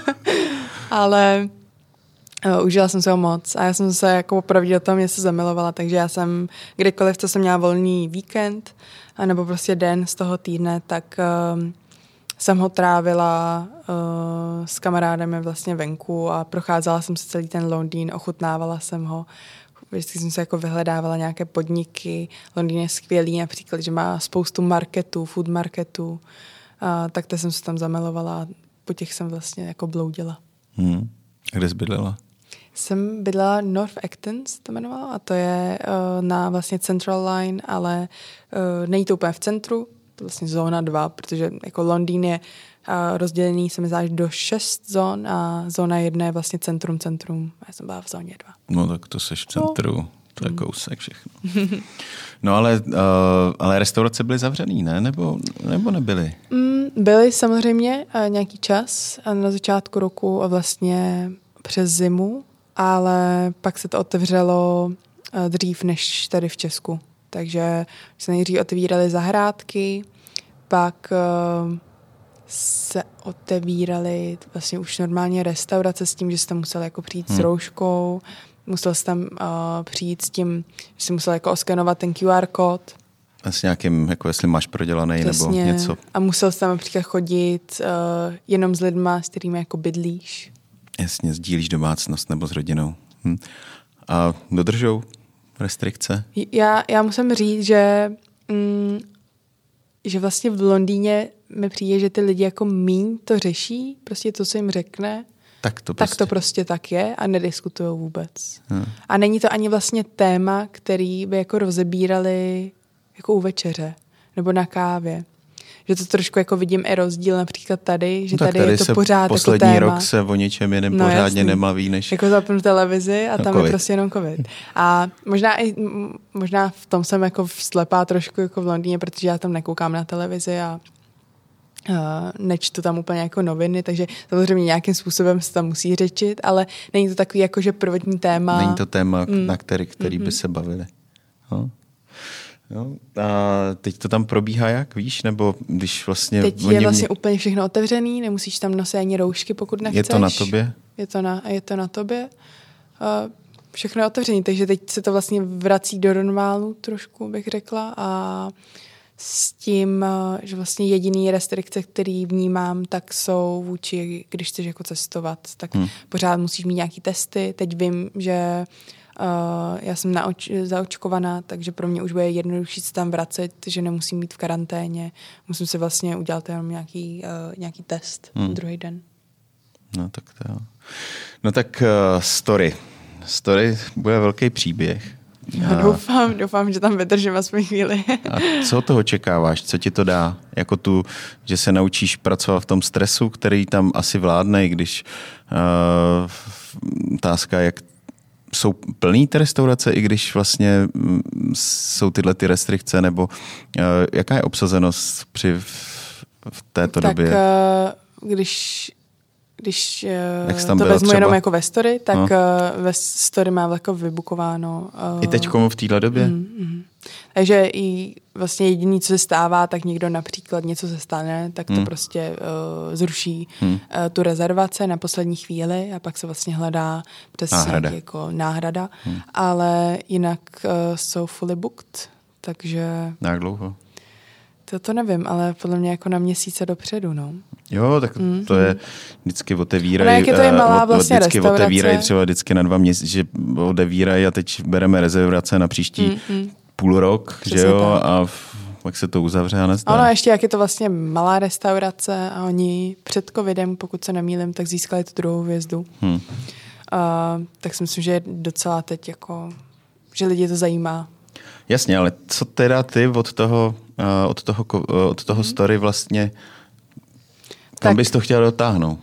[SPEAKER 2] Ale uh, užila jsem se ho moc a já jsem se jako opravdu do toho města zamilovala, takže já jsem kdykoliv, co jsem měla volný víkend, nebo prostě den z toho týdne, tak uh, jsem ho trávila uh, s kamarádem vlastně venku a procházela jsem se celý ten Londýn, ochutnávala jsem ho. Vždycky jsem se jako vyhledávala nějaké podniky. Londýn je skvělý, například, že má spoustu marketů, food marketů. Uh, tak to jsem se tam zamilovala a po těch jsem vlastně jako bloudila.
[SPEAKER 1] Hmm. A kde jsi bydlela?
[SPEAKER 2] Jsem bydlela North Acton, se to jmenovalo, a to je uh, na vlastně Central Line, ale uh, není to úplně v centru, to vlastně zóna dva, protože jako Londýn je uh, rozdělený, se mi zdá, do šest zón a zóna jedna je vlastně centrum, centrum. Já jsem byla v zóně dva.
[SPEAKER 1] No tak to seš v centru, no. To je mm. kousek všechno. No ale, uh, ale restaurace byly zavřený, ne? Nebo, nebo nebyly? Mm,
[SPEAKER 2] byly samozřejmě uh, nějaký čas na začátku roku a vlastně přes zimu, ale pak se to otevřelo uh, dřív než tady v Česku. Takže se nejdřív otevíraly zahrádky, pak uh, se otevíraly vlastně už normálně restaurace s tím, že jste museli jako přijít hmm. s rouškou, musel jsi tam uh, přijít s tím, že jsi musel jako oskenovat ten Q R kód.
[SPEAKER 1] A s nějakým, jako jestli máš prodělaný
[SPEAKER 2] Přesně.
[SPEAKER 1] nebo něco.
[SPEAKER 2] A musel jsi tam například chodit uh, jenom s lidma, s kterými jako bydlíš.
[SPEAKER 1] Jasně, sdílíš domácnost nebo s rodinou. Hm. A dodržou restrikce?
[SPEAKER 2] Já, já musím říct, že, mm, že vlastně v Londýně mi přijde, že ty lidi jako míň to řeší, prostě to, co jim řekne,
[SPEAKER 1] tak to prostě,
[SPEAKER 2] tak, to prostě tak je a nediskutujou vůbec.
[SPEAKER 1] Hmm.
[SPEAKER 2] A není to ani vlastně téma, který by jako rozebírali jako u večeře nebo na kávě. Že to trošku jako vidím i rozdíl například tady, že no tady, tady je to pořád jako téma.
[SPEAKER 1] Poslední rok se o něčem jiném
[SPEAKER 2] no,
[SPEAKER 1] pořádně
[SPEAKER 2] jasný.
[SPEAKER 1] nemluví, než...
[SPEAKER 2] Jako zapnu televizi a
[SPEAKER 1] no,
[SPEAKER 2] tam
[SPEAKER 1] COVID.
[SPEAKER 2] je prostě jenom covid. A možná, i, možná v tom jsem jako slepá trošku jako v Londýně, protože já tam nekoukám na televizi a Uh, nečtu tam úplně jako noviny, takže samozřejmě nějakým způsobem se tam musí řečit, ale není to takový jako, že prvotní téma.
[SPEAKER 1] Není to téma, mm. na který, který
[SPEAKER 2] mm-hmm.
[SPEAKER 1] by se bavili. No. No. A teď to tam probíhá jak, víš? Nebo když vlastně...
[SPEAKER 2] Teď je vlastně mě... úplně všechno otevřený, nemusíš tam nosit ani roušky, pokud nechceš.
[SPEAKER 1] Je to na tobě?
[SPEAKER 2] Je to na, je to na tobě. Uh, všechno je otevřený, takže teď se to vlastně vrací do normálu trošku, bych řekla, a s tím, že vlastně jediný restrikce, který vnímám, tak jsou vůči, když chceš jako cestovat, tak hmm. pořád musíš mít nějaký testy. Teď vím, že Uh, já jsem naoč- zaočkovaná, takže pro mě už bude jednodušší se tam vracet, že nemusím být v karanténě. Musím si vlastně udělat jenom nějaký, uh, nějaký test hmm. druhý den.
[SPEAKER 1] No tak to jo. No tak uh, story. Story bude velký příběh.
[SPEAKER 2] Já doufám, doufám, že tam vydržím aspoň chvíli.
[SPEAKER 1] A co od toho očekáváš? Co ti to dá? Jako tu, že se naučíš pracovat v tom stresu, který tam asi vládne, i když uh, otázka, jak jsou plný ty restaurace, i když vlastně m, jsou tyhle ty restrikce, nebo uh, jaká je obsazenost při v, v této
[SPEAKER 2] tak,
[SPEAKER 1] době?
[SPEAKER 2] Tak uh, když... Když uh, to vezmu
[SPEAKER 1] třeba?
[SPEAKER 2] Jenom jako ve story, tak
[SPEAKER 1] no.
[SPEAKER 2] uh, ve story má jako vybukováno. Uh,
[SPEAKER 1] I teď komu v téhle době?
[SPEAKER 2] Mm, mm. Takže i vlastně jediný, co se stává, tak někdo například něco se stane, tak to mm. prostě uh, zruší mm. uh, tu rezervace na poslední chvíli a pak se vlastně hledá přes
[SPEAKER 1] náhrada.
[SPEAKER 2] Jako náhrada. Mm. Ale jinak uh, jsou fully booked, takže...
[SPEAKER 1] Jak dlouho?
[SPEAKER 2] To to nevím, ale podle mě jako na měsíce dopředu, no.
[SPEAKER 1] Jo, tak mm. to je vždycky otevírají.
[SPEAKER 2] No, jak je to je malá vlastně
[SPEAKER 1] vždycky
[SPEAKER 2] restaurace.
[SPEAKER 1] Otevírají třeba vždycky na dva měsíce, že otevírají a teď bereme rezervace na příští mm, mm. půl rok, přesně že jo, tak. A pak se to uzavře a nezdá.
[SPEAKER 2] Ono ještě, jak je to vlastně malá restaurace a oni před covidem, pokud se nemýlím, tak získali tu druhou hvězdu. Hmm. Uh, tak si myslím, že je docela teď jako, že lidi to zajímá.
[SPEAKER 1] Jasně, ale co teda ty od toho, uh, od toho, uh, od toho story vlastně, kam tak, bys to chtěl dotáhnout?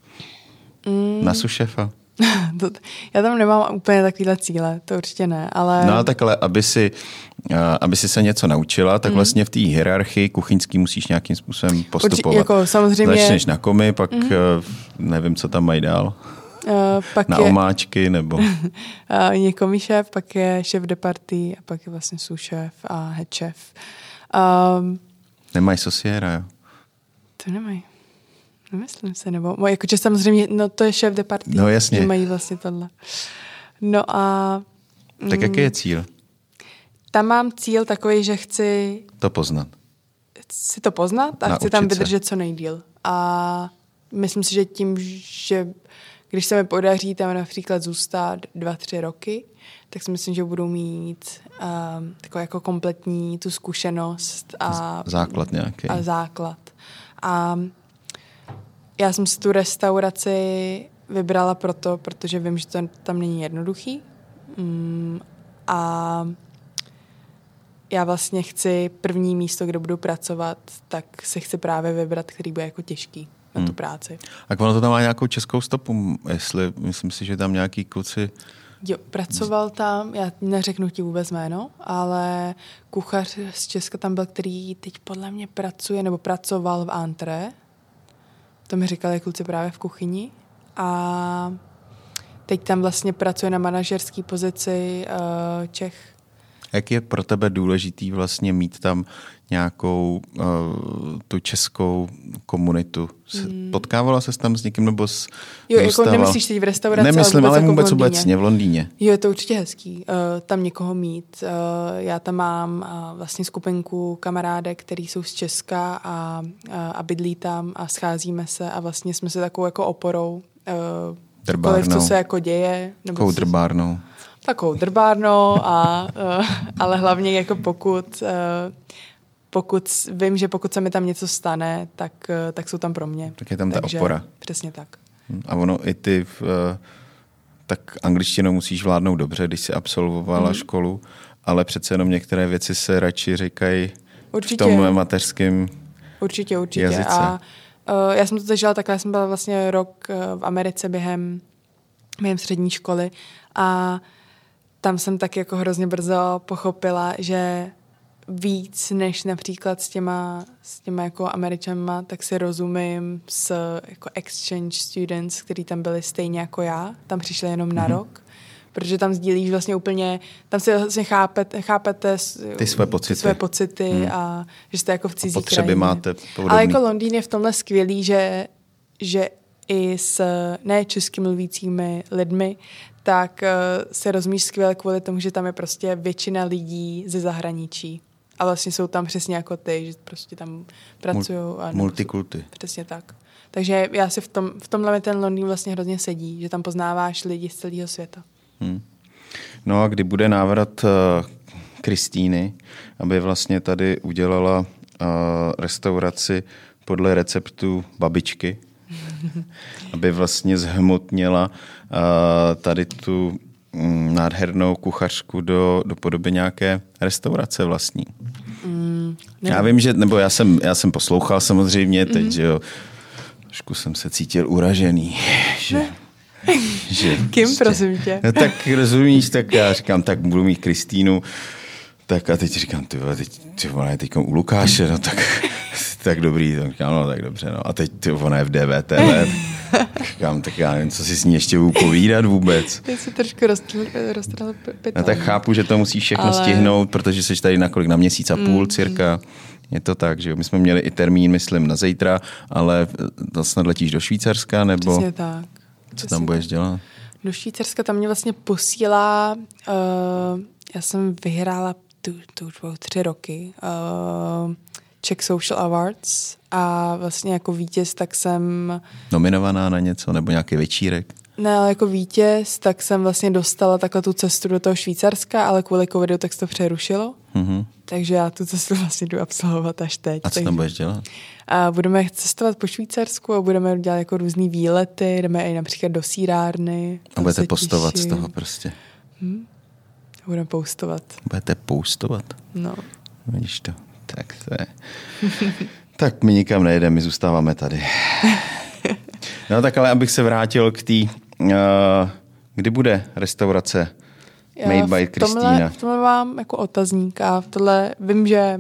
[SPEAKER 1] Mm. Na sušefa?
[SPEAKER 2] to, já tam nemám úplně takovýhle cíle, to určitě ne, ale...
[SPEAKER 1] No takhle, aby si, uh, aby si se něco naučila, tak mm. vlastně v té hierarchii kuchyňský musíš nějakým způsobem postupovat.
[SPEAKER 2] Určitě, jako samozřejmě...
[SPEAKER 1] Začneš na komi, pak mm. uh, nevím, co tam mají dál.
[SPEAKER 2] Uh, pak
[SPEAKER 1] na
[SPEAKER 2] je,
[SPEAKER 1] omáčky nebo...
[SPEAKER 2] uh, je komíšéf, pak je šéf de party a pak je vlastně sous-šéf a head chef. Um,
[SPEAKER 1] Nemají sosiéra, jo?
[SPEAKER 2] To nemají. Nemyslím se, nebo... Jakože samozřejmě, no to je šéf de party.
[SPEAKER 1] No jasně.
[SPEAKER 2] Že mají vlastně tohle. No a...
[SPEAKER 1] Tak jaký je cíl?
[SPEAKER 2] Tam mám cíl takový, že chci...
[SPEAKER 1] To poznat.
[SPEAKER 2] Chci to poznat a
[SPEAKER 1] Naučit
[SPEAKER 2] chci tam vydržet
[SPEAKER 1] se.
[SPEAKER 2] co nejdýl. A myslím si, že tím, že když se mi podaří tam například zůstat dva, tři roky, tak si myslím, že budu mít um, takovou jako kompletní tu zkušenost a...
[SPEAKER 1] Základ nějaký.
[SPEAKER 2] A základ. A já jsem si tu restauraci vybrala proto, protože vím, že to tam není jednoduchý. Mm, a já vlastně chci první místo, kde budu pracovat, tak si chci právě vybrat, který bude jako těžký na tu hmm. práci.
[SPEAKER 1] A ono to tam má nějakou českou stopu, jestli, myslím si, že tam nějaký kluci...
[SPEAKER 2] Jo, pracoval tam, já neřeknu ti vůbec jméno, ale kuchař z Česka tam byl, který teď podle mě pracuje, nebo pracoval v Antré. To mi říkali kluci právě v kuchyni. A teď tam vlastně pracuje na manažerské pozici uh, Čech.
[SPEAKER 1] Jak je pro tebe důležitý vlastně mít tam nějakou uh, tu českou komunitu? Hmm. Potkávala ses tam s někým nebo s...
[SPEAKER 2] Jo, jako nemyslíš teď v restauraci,
[SPEAKER 1] Nemyslím, ale vůbec
[SPEAKER 2] jako v
[SPEAKER 1] obecně v Londýně.
[SPEAKER 2] Jo, je to určitě hezký. Uh, tam někoho mít. Uh, já tam mám uh, vlastně skupinku kamarádek, který jsou z Česka a, uh, a bydlí tam a scházíme se a vlastně jsme se takovou jako oporou. Uh,
[SPEAKER 1] drbárnou.
[SPEAKER 2] Co se jako děje.
[SPEAKER 1] Takovou
[SPEAKER 2] se...
[SPEAKER 1] drbárnou.
[SPEAKER 2] Takovou drbárnou, a, uh, ale hlavně jako pokud, uh, pokud vím, že pokud se mi tam něco stane, tak, uh, tak jsou tam pro mě.
[SPEAKER 1] Tak je tam ta
[SPEAKER 2] Takže,
[SPEAKER 1] opora.
[SPEAKER 2] Přesně tak.
[SPEAKER 1] A ono i ty, v, uh, tak angličtinu musíš vládnout dobře, když jsi absolvovala mm. školu, ale přece jenom některé věci se radši říkají určitě. V tom mateřském
[SPEAKER 2] Určitě, určitě.
[SPEAKER 1] jazyce.
[SPEAKER 2] A uh, já jsem to zažila takhle, já jsem byla vlastně rok uh, v Americe během, během střední školy a tam jsem tak jako hrozně brzo pochopila, že víc než například s těma, s těma jako Američanma, tak si rozumím s jako exchange students, kteří tam byli stejně jako já. Tam přišli jenom na mm-hmm. rok, protože tam sdílíš vlastně úplně, tam si vlastně chápete, chápete
[SPEAKER 1] ty své pocity,
[SPEAKER 2] své pocity mm. a že jste jako v cizí
[SPEAKER 1] potřeby
[SPEAKER 2] krajině.
[SPEAKER 1] máte podobný.
[SPEAKER 2] Ale jako Londýn je v tomhle skvělý, že, že i s ne česky mluvícími lidmi, tak uh, se rozumíš skvěle kvůli tomu, že tam je prostě většina lidí ze zahraničí. A vlastně jsou tam přesně jako ty, že prostě tam pracují.
[SPEAKER 1] Mul- multikulty.
[SPEAKER 2] Přesně tak. Takže já si v, tom, v tomhle ten Londýn vlastně hrozně sedí, že tam poznáváš lidi z celého světa.
[SPEAKER 1] Hmm. No a kdy bude návrat uh, Kristýny, aby vlastně tady udělala uh, restauraci podle receptu babičky, aby vlastně zhmotnila uh, tady tu um, nádhernou kuchařku do, do podoby nějaké restaurace vlastní. Mm, já vím, že, nebo já jsem, já jsem poslouchal samozřejmě teď, mm-hmm. že jo, trošku jsem se cítil uražený, že... že
[SPEAKER 2] Kým, prostě, prosím tě?
[SPEAKER 1] No tak rozumíš, tak já říkám, tak budu mít Kristýnu, tak a teď říkám, ty vole, teď, ty ona je teď u Lukáše, no tak, tak dobrý, tak říkám, no tak dobře, no a teď ty, ona je v D V T V, tak říkám, tak já nevím, co si s ní ještě budu povídat vůbec.
[SPEAKER 2] Teď si trošku roztrhal pytel.
[SPEAKER 1] No tak chápu, že to musíš všechno ale... stihnout, protože jsi tady na kolik, na měsíc a půl mm, cirka. Je to tak, že jo, my jsme měli i termín, myslím, na zítra, ale snad letíš do Švýcarska, nebo...
[SPEAKER 2] Přesně tak.
[SPEAKER 1] Co tam budeš dělat?
[SPEAKER 2] Do Švýcarska tam mě vlastně posílá, uh, já jsem vyhrála tu, tu už bylo tři roky, uh, Czech Social Awards a vlastně jako vítěz, tak jsem...
[SPEAKER 1] Nominovaná na něco, nebo nějaký večírek?
[SPEAKER 2] Ne, ale jako vítěz, tak jsem vlastně dostala takhle tu cestu do toho Švýcarska, ale kvůli covidu tak se to přerušilo. Mm-hmm. Takže já tu cestu vlastně jdu absolvovat až teď.
[SPEAKER 1] A co
[SPEAKER 2] takže...
[SPEAKER 1] tam budeš dělat?
[SPEAKER 2] A budeme cestovat po Švýcarsku a budeme dělat jako různý výlety, jdeme i například do sírárny.
[SPEAKER 1] A budete postovat z toho prostě?
[SPEAKER 2] Hmm? Budeme postovat.
[SPEAKER 1] Budete postovat?
[SPEAKER 2] No.
[SPEAKER 1] Vidíš to? Tak to je... Tak my nikam nejedeme, my zůstáváme tady. No tak ale abych se vrátil k té... Uh, kdy bude restaurace
[SPEAKER 2] Já
[SPEAKER 1] Made by Kristýna?
[SPEAKER 2] V tomhle mám jako otazník a v tohle vím, že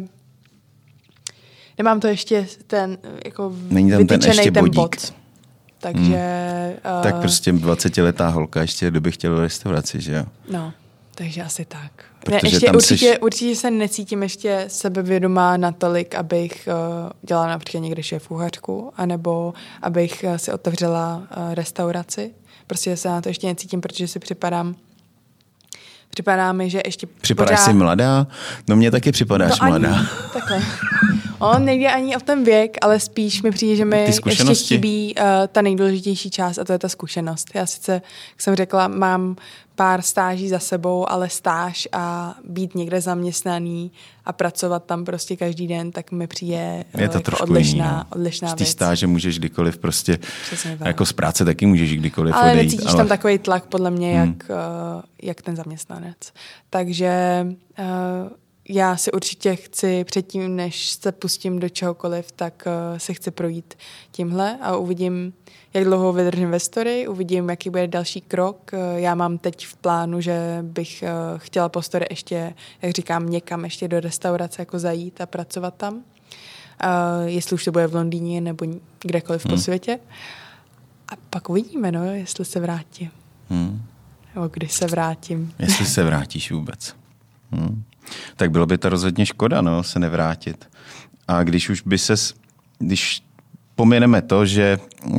[SPEAKER 2] nemám to ještě ten jako
[SPEAKER 1] Není tam ten ještě
[SPEAKER 2] ten
[SPEAKER 1] bodík.
[SPEAKER 2] bod. Takže...
[SPEAKER 1] Hmm. Uh, tak prostě dvacetiletá holka ještě kdyby chtěla restauraci, že jo?
[SPEAKER 2] No, takže asi tak. Ne, ještě určitě, jsi... určitě se necítím ještě sebevědomá natolik, abych uh, dělala například někde šéfkuchařku, anebo abych uh, si otevřela uh, restauraci. Prostě se na to ještě necítím, protože si připadám Připadá mi, že ještě
[SPEAKER 1] Připadáš
[SPEAKER 2] pořád...
[SPEAKER 1] si mladá? No mně taky připadáš
[SPEAKER 2] no
[SPEAKER 1] mladá.
[SPEAKER 2] Ani, takhle. On nejde ani o ten věk, ale spíš mi přijde, že mi ještě chybí uh, ta nejdůležitější část a to je ta zkušenost. Já sice, jak jsem řekla, mám pár stáží za sebou, ale stáž a být někde zaměstnaný a pracovat tam prostě každý den, tak mi přijde
[SPEAKER 1] je to
[SPEAKER 2] jako odlišná,
[SPEAKER 1] jiný, no.
[SPEAKER 2] odlišná
[SPEAKER 1] z
[SPEAKER 2] věc.
[SPEAKER 1] Z stáže můžeš kdykoliv prostě, jako z práce taky můžeš kdykoliv
[SPEAKER 2] ale
[SPEAKER 1] odejít.
[SPEAKER 2] Necítíš ale necítíš tam takový tlak podle mě,
[SPEAKER 1] hmm.
[SPEAKER 2] jak, uh, jak ten zaměstnanec. Takže uh, já si určitě chci předtím, než se pustím do čehokoliv, tak uh, se chci projít tímhle a uvidím, jak dlouho vydržím ve story, uvidím, jaký bude další krok. Uh, já mám teď v plánu, že bych uh, chtěla po story ještě, jak říkám, někam ještě do restaurace jako zajít a pracovat tam. Uh, jestli už to bude v Londýně nebo kdekoliv hmm. po světě. A pak uvidíme, no, jestli se vrátím. Hmm. Nebo kdy se vrátím.
[SPEAKER 1] Jestli se vrátíš vůbec. Hmm. Tak bylo by to rozhodně škoda, no, se nevrátit. A když už by ses, když pomineme to, že, uh,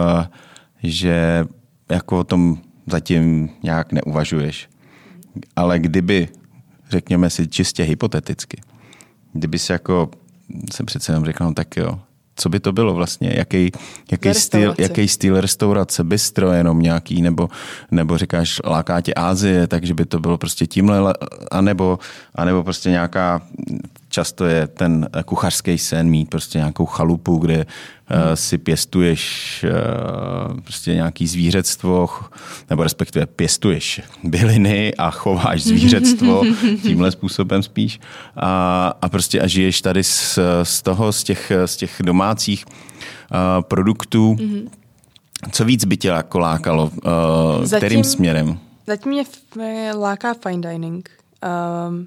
[SPEAKER 1] že jako o tom zatím nějak neuvažuješ, ale kdyby, řekněme si čistě hypoteticky, kdyby si jako, jsem přece jenom řekl, no tak jo, co by to bylo vlastně, jaký, jaký, styl, jaký styl restaurace, bistro jenom nějaký, nebo, nebo říkáš, láká tě Asie, takže by to bylo prostě tímhle, anebo, anebo prostě nějaká, často je ten kuchařský sen mít prostě nějakou chalupu, kde hmm. uh, si pěstuješ uh, prostě nějaký zvířectvo, nebo respektive pěstuješ byliny a chováš zvířectvo tímhle způsobem spíš a, a prostě a žiješ tady z, z toho, z těch, z těch domácích uh, produktů. Hmm. Co víc by tě jako lákalo? Uh, zatím, kterým směrem?
[SPEAKER 2] Zatím mě láká fine dining. Um,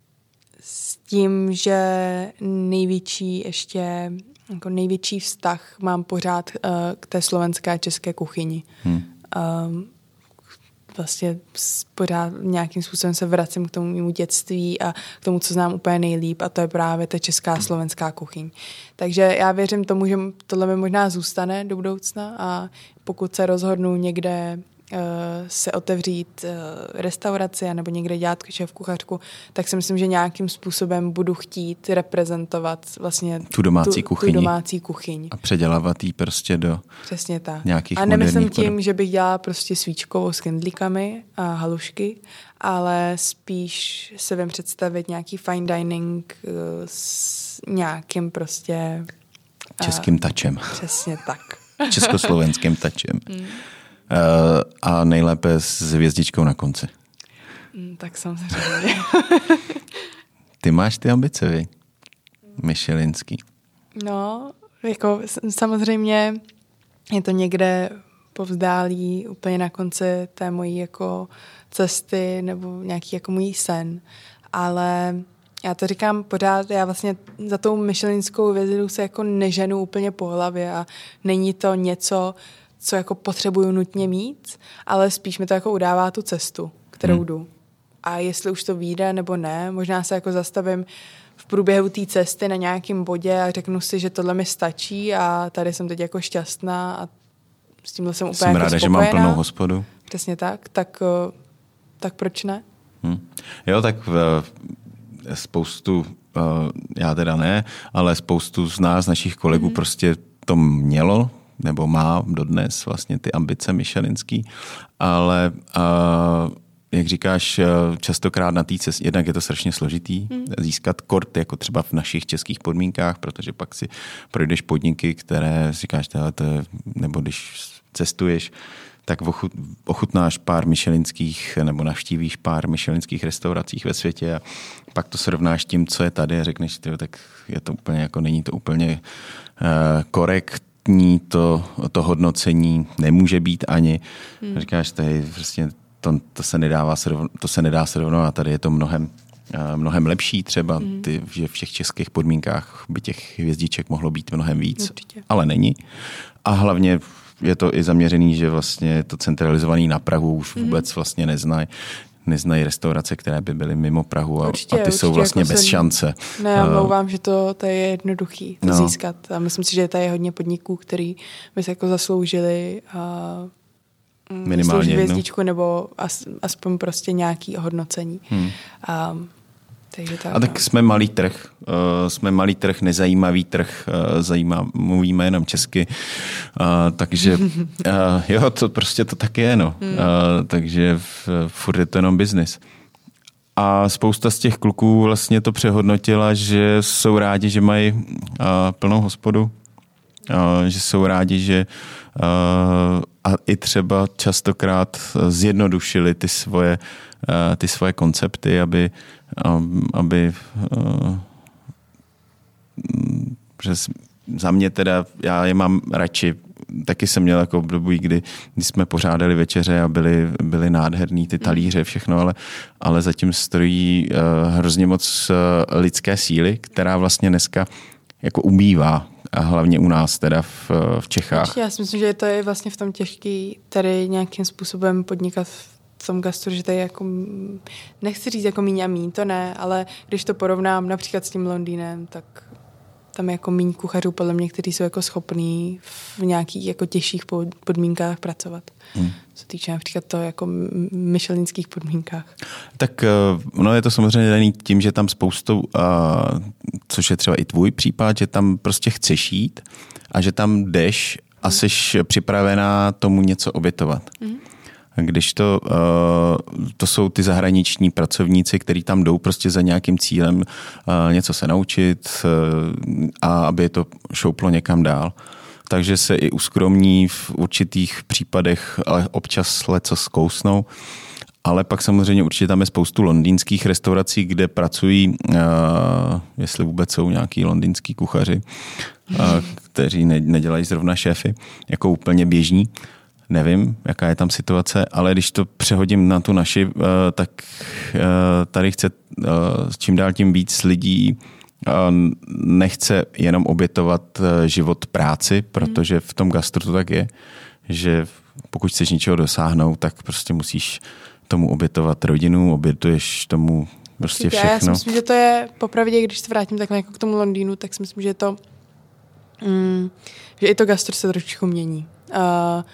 [SPEAKER 2] s tím, že největší ještě, jako největší vztah mám pořád uh, k té slovenské a české kuchyni. Hmm. Um, vlastně pořád nějakým způsobem se vracím k tomu mému dětství a k tomu, co znám úplně nejlíp a to je právě ta česká a slovenská kuchyň. Takže já věřím tomu, že tohle mi možná zůstane do budoucna a pokud se rozhodnu někde se otevřít restauraci nebo někde dělat šéf kuchařku, tak si myslím, že nějakým způsobem budu chtít reprezentovat vlastně
[SPEAKER 1] tu domácí
[SPEAKER 2] tu,
[SPEAKER 1] kuchyni.
[SPEAKER 2] Tu domácí kuchyň.
[SPEAKER 1] A předělávat jí prostě do
[SPEAKER 2] Přesně tak.
[SPEAKER 1] nějakých
[SPEAKER 2] a nemyslím
[SPEAKER 1] moderních
[SPEAKER 2] tím,
[SPEAKER 1] podob.
[SPEAKER 2] že bych dělala prostě svíčkovou s kendlíkami a halušky, ale spíš se vím představit nějaký fine dining s nějakým prostě...
[SPEAKER 1] Českým tačem.
[SPEAKER 2] Přesně tak.
[SPEAKER 1] Československým tačem. Mm. Uh, a nejlépe s hvězdičkou na konci.
[SPEAKER 2] Mm, tak samozřejmě.
[SPEAKER 1] Ty máš ty ambice, vy? Michelinský.
[SPEAKER 2] No, jako samozřejmě je to někde povzdálí úplně na konci té mojí jako cesty nebo nějaký jako můj sen. Ale já to říkám pořád, já vlastně za tou michelinskou hvězdou se jako neženu úplně po hlavě a není to něco, co jako potřebuju nutně mít, ale spíš mi to jako udává tu cestu, kterou hmm. jdu. A jestli už to vyjde nebo ne, možná se jako zastavím v průběhu té cesty na nějakém bodě a řeknu si, že tohle mi stačí a tady jsem teď jako šťastná a s tímhle jsem úplně
[SPEAKER 1] jsem
[SPEAKER 2] jako
[SPEAKER 1] ráda,
[SPEAKER 2] spokojená.
[SPEAKER 1] že mám plnou hospodu.
[SPEAKER 2] Přesně tak, tak, tak proč ne?
[SPEAKER 1] Hmm. Jo, tak v, spoustu, já teda ne, ale spoustu z nás, našich kolegů hmm. prostě to mělo, nebo má dodnes vlastně ty ambice michelinský, ale a, jak říkáš, častokrát na té cestě, jednak je to strašně složitý hmm. získat kort, jako třeba v našich českých podmínkách, protože pak si projdeš podniky, které říkáš, to je, nebo když cestuješ, tak ochutnáš pár michelinských, nebo navštívíš pár michelinských restauracích ve světě a pak to srovnáš tím, co je tady a řekneš, tyjo, tak je to úplně, jako není to úplně uh, korektní, to, to hodnocení nemůže být ani. Hmm. Říkáš, tady prostě to, to, se nedává, to se nedá srovnat, tady je to mnohem, uh, mnohem lepší třeba, hmm. ty, že v těch českých podmínkách by těch hvězdiček mohlo být mnohem víc, určitě. Ale není. A hlavně je to i zaměřený, že vlastně je to centralizovaný na Prahu, už vůbec mm. vlastně neznají neznají restaurace, které by byly mimo Prahu a, určitě, a ty určitě, jsou vlastně jako bez jsem, šance.
[SPEAKER 2] Ne, já mluvám, že to, to je jednoduchý to no. získat. A myslím si, že tady je hodně podniků, který by se jako zasloužili a
[SPEAKER 1] minimálně
[SPEAKER 2] hvězdičku nebo as, aspoň prostě nějaký ohodnocení. Hmm. A, takže tak,
[SPEAKER 1] a tak jsme malý trh, uh, jsme malý trh, nezajímavý trh, uh, zajímá, mluvíme jenom česky, uh, takže uh, jo, to prostě to tak je, no. Hmm. Uh, takže v, furt je to jenom biznis. A spousta z těch kluků vlastně to přehodnotila, že jsou rádi, že mají uh, plnou hospodu, uh, že jsou rádi, že uh, a i třeba častokrát zjednodušili ty svoje, uh, ty svoje koncepty, aby aby uh, přes, za mě teda, já je mám radši, taky jsem měl jako období, kdy, kdy jsme pořádali večeře a byly, byly nádherný ty talíře, všechno, ale, ale zatím stojí uh, hrozně moc uh, lidské síly, která vlastně dneska jako ubývá a hlavně u nás teda v, v Čechách.
[SPEAKER 2] Určitě, já si myslím, že to je vlastně v tom těžký tady nějakým způsobem podnikat v tom gastru, že tady jako, nechci říct jako míň a míň, to ne, ale když to porovnám například s tím Londýnem, tak tam je jako míň kuchařů podle mě, kteří jsou jako schopní v nějakých jako těžších podmínkách pracovat. Hmm. Co týče například to jako michelinských podmínkách.
[SPEAKER 1] Tak ono je to samozřejmě daný tím, že tam spoustou, což je třeba i tvůj případ, že tam prostě chceš jít a že tam jdeš a jsi připravená tomu něco obětovat. Hmm. Když to, to jsou ty zahraniční pracovníci, kteří tam jdou prostě za nějakým cílem něco se naučit a aby to šouplo někam dál. Takže se i uskromní v určitých případech, ale občas leco zkousnou. Ale pak samozřejmě určitě tam je spoustu londýnských restaurací, kde pracují, jestli vůbec jsou nějaký londýnský kuchaři, kteří nedělají zrovna šéfy, jako úplně běžní. Nevím, jaká je tam situace, ale když to přehodím na tu naši, tak tady chce čím dál tím víc lidí nechce jenom obětovat život práci, protože v tom gastru to tak je, že pokud chceš něčeho dosáhnout, tak prostě musíš tomu obětovat rodinu, obětuješ tomu prostě všechno.
[SPEAKER 2] Já si myslím, že to je popravdě, když se vrátím takhle jako k tomu Londýnu, tak si myslím, že to, mm, že i to gastro se trošičku mění. Uh,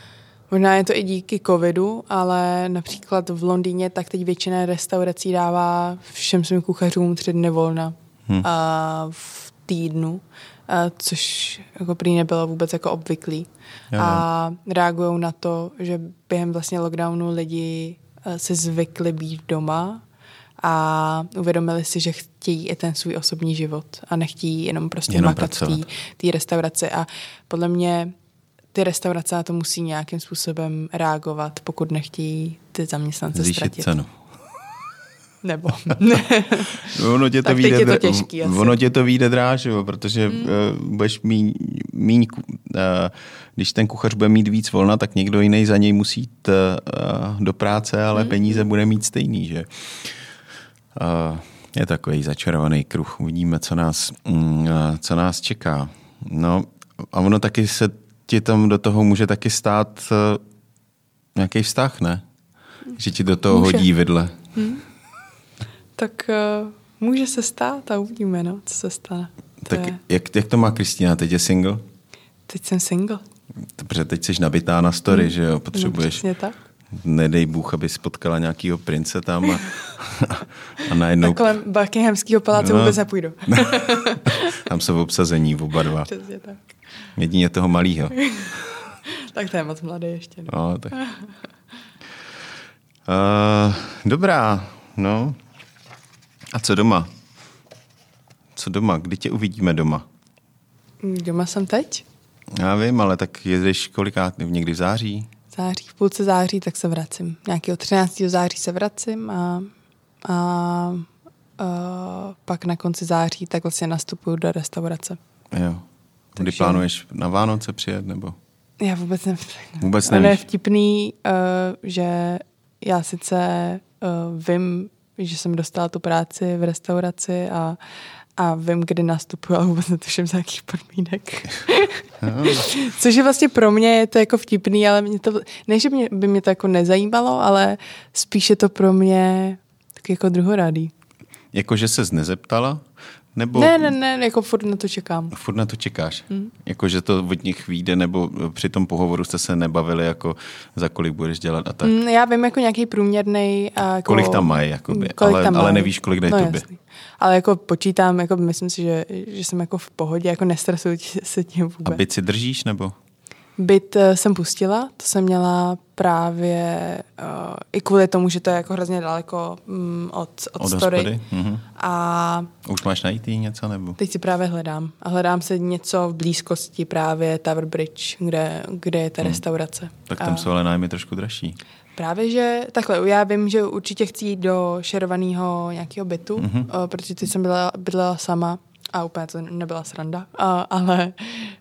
[SPEAKER 2] Možná je to i díky covidu, ale například v Londýně tak teď většina restaurací dává všem svým kuchařům tři dny volna hmm. a v týdnu, a což jako prý nebylo vůbec jako obvyklý. Jo. A reagují na to, že během vlastně lockdownu lidi se zvykli být doma a uvědomili si, že chtějí i ten svůj osobní život a nechtějí jenom prostě jenom makat pracovat. v té restauraci. A podle mě ty restaurace na to musí nějakým způsobem reagovat, pokud nechtějí ty zaměstnance
[SPEAKER 1] zvýšit
[SPEAKER 2] ztratit.
[SPEAKER 1] cenu.
[SPEAKER 2] Nebo.
[SPEAKER 1] ono tě to
[SPEAKER 2] tak
[SPEAKER 1] vyjde,
[SPEAKER 2] teď je to těžký asi.
[SPEAKER 1] Ono tě to vyjde dráž, jo, protože hmm. uh, budeš míň, míň uh, když ten kuchař bude mít víc volna, tak někdo jiný za něj musí jít uh, do práce, ale hmm. peníze bude mít stejný, že? Uh, je takový začarovaný kruh. Uvidíme, co nás, um, co nás čeká. No a ono taky se ti tam do toho může taky stát uh, nějaký vztah, ne? Že ti do toho může. hodí vidle. Hmm. Tak
[SPEAKER 2] uh, může se stát a uvidíme, no, co se stane. To
[SPEAKER 1] tak
[SPEAKER 2] je...
[SPEAKER 1] jak, jak to má Kristýna? Teď je single?
[SPEAKER 2] Teď jsem single.
[SPEAKER 1] Protože teď jsi nabitá na story, hmm. že jo? Potřebuješ...
[SPEAKER 2] No, tak.
[SPEAKER 1] Nedej Bůh, aby spotkala nějakýho prince tam a, a najednou...
[SPEAKER 2] A kolem Buckinghamského paláce no, vůbec nepůjdu.
[SPEAKER 1] Tam jsou v obsazení oba dva.
[SPEAKER 2] Přesně tak.
[SPEAKER 1] Jedině toho malýho.
[SPEAKER 2] Tak to je moc mladý ještě. No.
[SPEAKER 1] No, tak. Uh, dobrá, no. A co doma? Co doma? Kdy tě uvidíme doma?
[SPEAKER 2] Doma jsem teď.
[SPEAKER 1] Já vím, ale tak jedeš kolikát? Někdy v září?
[SPEAKER 2] Září, v půlce září, tak se vracím. Nějakého třináctého září se vracím a, a, a pak na konci září tak vlastně nastupuju do restaurace.
[SPEAKER 1] Jo. Kdy Takže... plánuješ na Vánoce přijet, nebo?
[SPEAKER 2] Já vůbec nevím.
[SPEAKER 1] Vůbec nevíš.
[SPEAKER 2] Ono je vtipný, uh, že já sice uh, vím, že jsem dostala tu práci v restauraci a, a vím, kdy nastupuji, ale vůbec netuším za jakých podmínek. Což je vlastně pro mě je to jako vtipný, ale mě to, ne, že mě, by mě to jako nezajímalo, ale spíš je to pro mě tak jako druhoradý.
[SPEAKER 1] Jako, že ses nezeptala? Nebo...
[SPEAKER 2] Ne, ne, ne, jako furt na to čekám.
[SPEAKER 1] Furt na to čekáš?
[SPEAKER 2] Hmm.
[SPEAKER 1] Jako, že to od nich vyjde, nebo při tom pohovoru jste se nebavili, jako za kolik budeš dělat a tak?
[SPEAKER 2] Hmm, já vím jako nějaký průměrný... Jako...
[SPEAKER 1] Kolik tam mají, jakoby, ale, tam ale nevíš, kolik dají
[SPEAKER 2] no,
[SPEAKER 1] tobě.
[SPEAKER 2] Jasný. Ale jako počítám, jako myslím si, že, že jsem jako v pohodě, jako nestresuji se tím vůbec.
[SPEAKER 1] A byt si držíš, nebo?
[SPEAKER 2] Byt uh, jsem pustila, to jsem měla právě uh, i kvůli tomu, že to je jako hrozně daleko um, od, od, od story.
[SPEAKER 1] Mhm.
[SPEAKER 2] A
[SPEAKER 1] už máš najít něco, nebo?
[SPEAKER 2] Teď si právě hledám. A hledám se něco v blízkosti právě Tower Bridge, kde, kde je ta hmm. restaurace.
[SPEAKER 1] Tak tam a... jsou ale nájmy trošku dražší.
[SPEAKER 2] Právě, že takhle, já vím, že určitě chci jít do šerovaného nějakého bytu, mm-hmm. uh, protože teď jsem byla, bydlela sama a úplně to nebyla sranda, uh, ale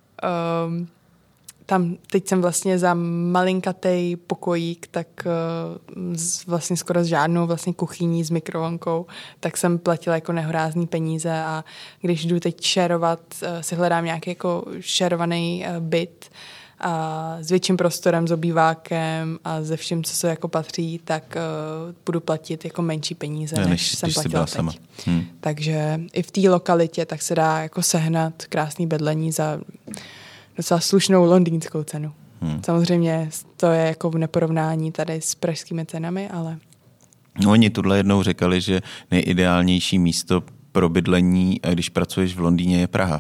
[SPEAKER 2] um, tam teď jsem vlastně za malinkatej pokojík, tak uh, z, vlastně skoro s žádnou vlastně kuchyní s mikrovlnkou, tak jsem platila jako nehorázný peníze a když jdu teď šerovat, uh, si hledám nějaký jako šerovaný uh, byt, a s větším prostorem, s obývákem a ze vším, co se jako patří, tak uh, budu platit jako menší peníze, ne, než, než jsem platila teď. Sama. Hmm. Takže i v té lokalitě tak se dá jako sehnat krásný bydlení za docela slušnou londýnskou cenu. Hmm. Samozřejmě to je jako v neporovnání tady s pražskými cenami, ale...
[SPEAKER 1] No, oni tuhle jednou řekali, že nejideálnější místo pro bydlení, když pracuješ v Londýně, je Praha.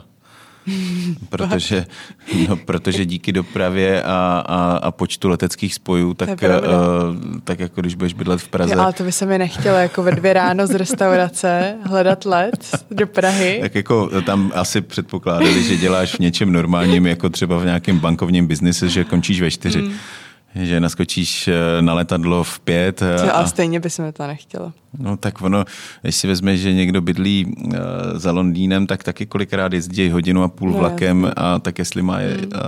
[SPEAKER 1] protože, no, protože díky dopravě a, a, a počtu leteckých spojů, tak, uh, tak jako když budeš bydlet v Praze...
[SPEAKER 2] Jo, ale to by se mi nechtělo jako ve dvě ráno z restaurace hledat let do Prahy.
[SPEAKER 1] Tak jako tam asi předpokládali, že děláš v něčem normálním, jako třeba v nějakém bankovním biznisu, že končíš ve čtyři. Mm. Že naskočíš na letadlo v pět.
[SPEAKER 2] A, a stejně by se mi to nechtělo.
[SPEAKER 1] No tak ono, když si vezmeš, že někdo bydlí uh, za Londýnem, tak taky kolikrát jezdí hodinu a půl no, vlakem jasný. A tak jestli má... Je,
[SPEAKER 2] hmm.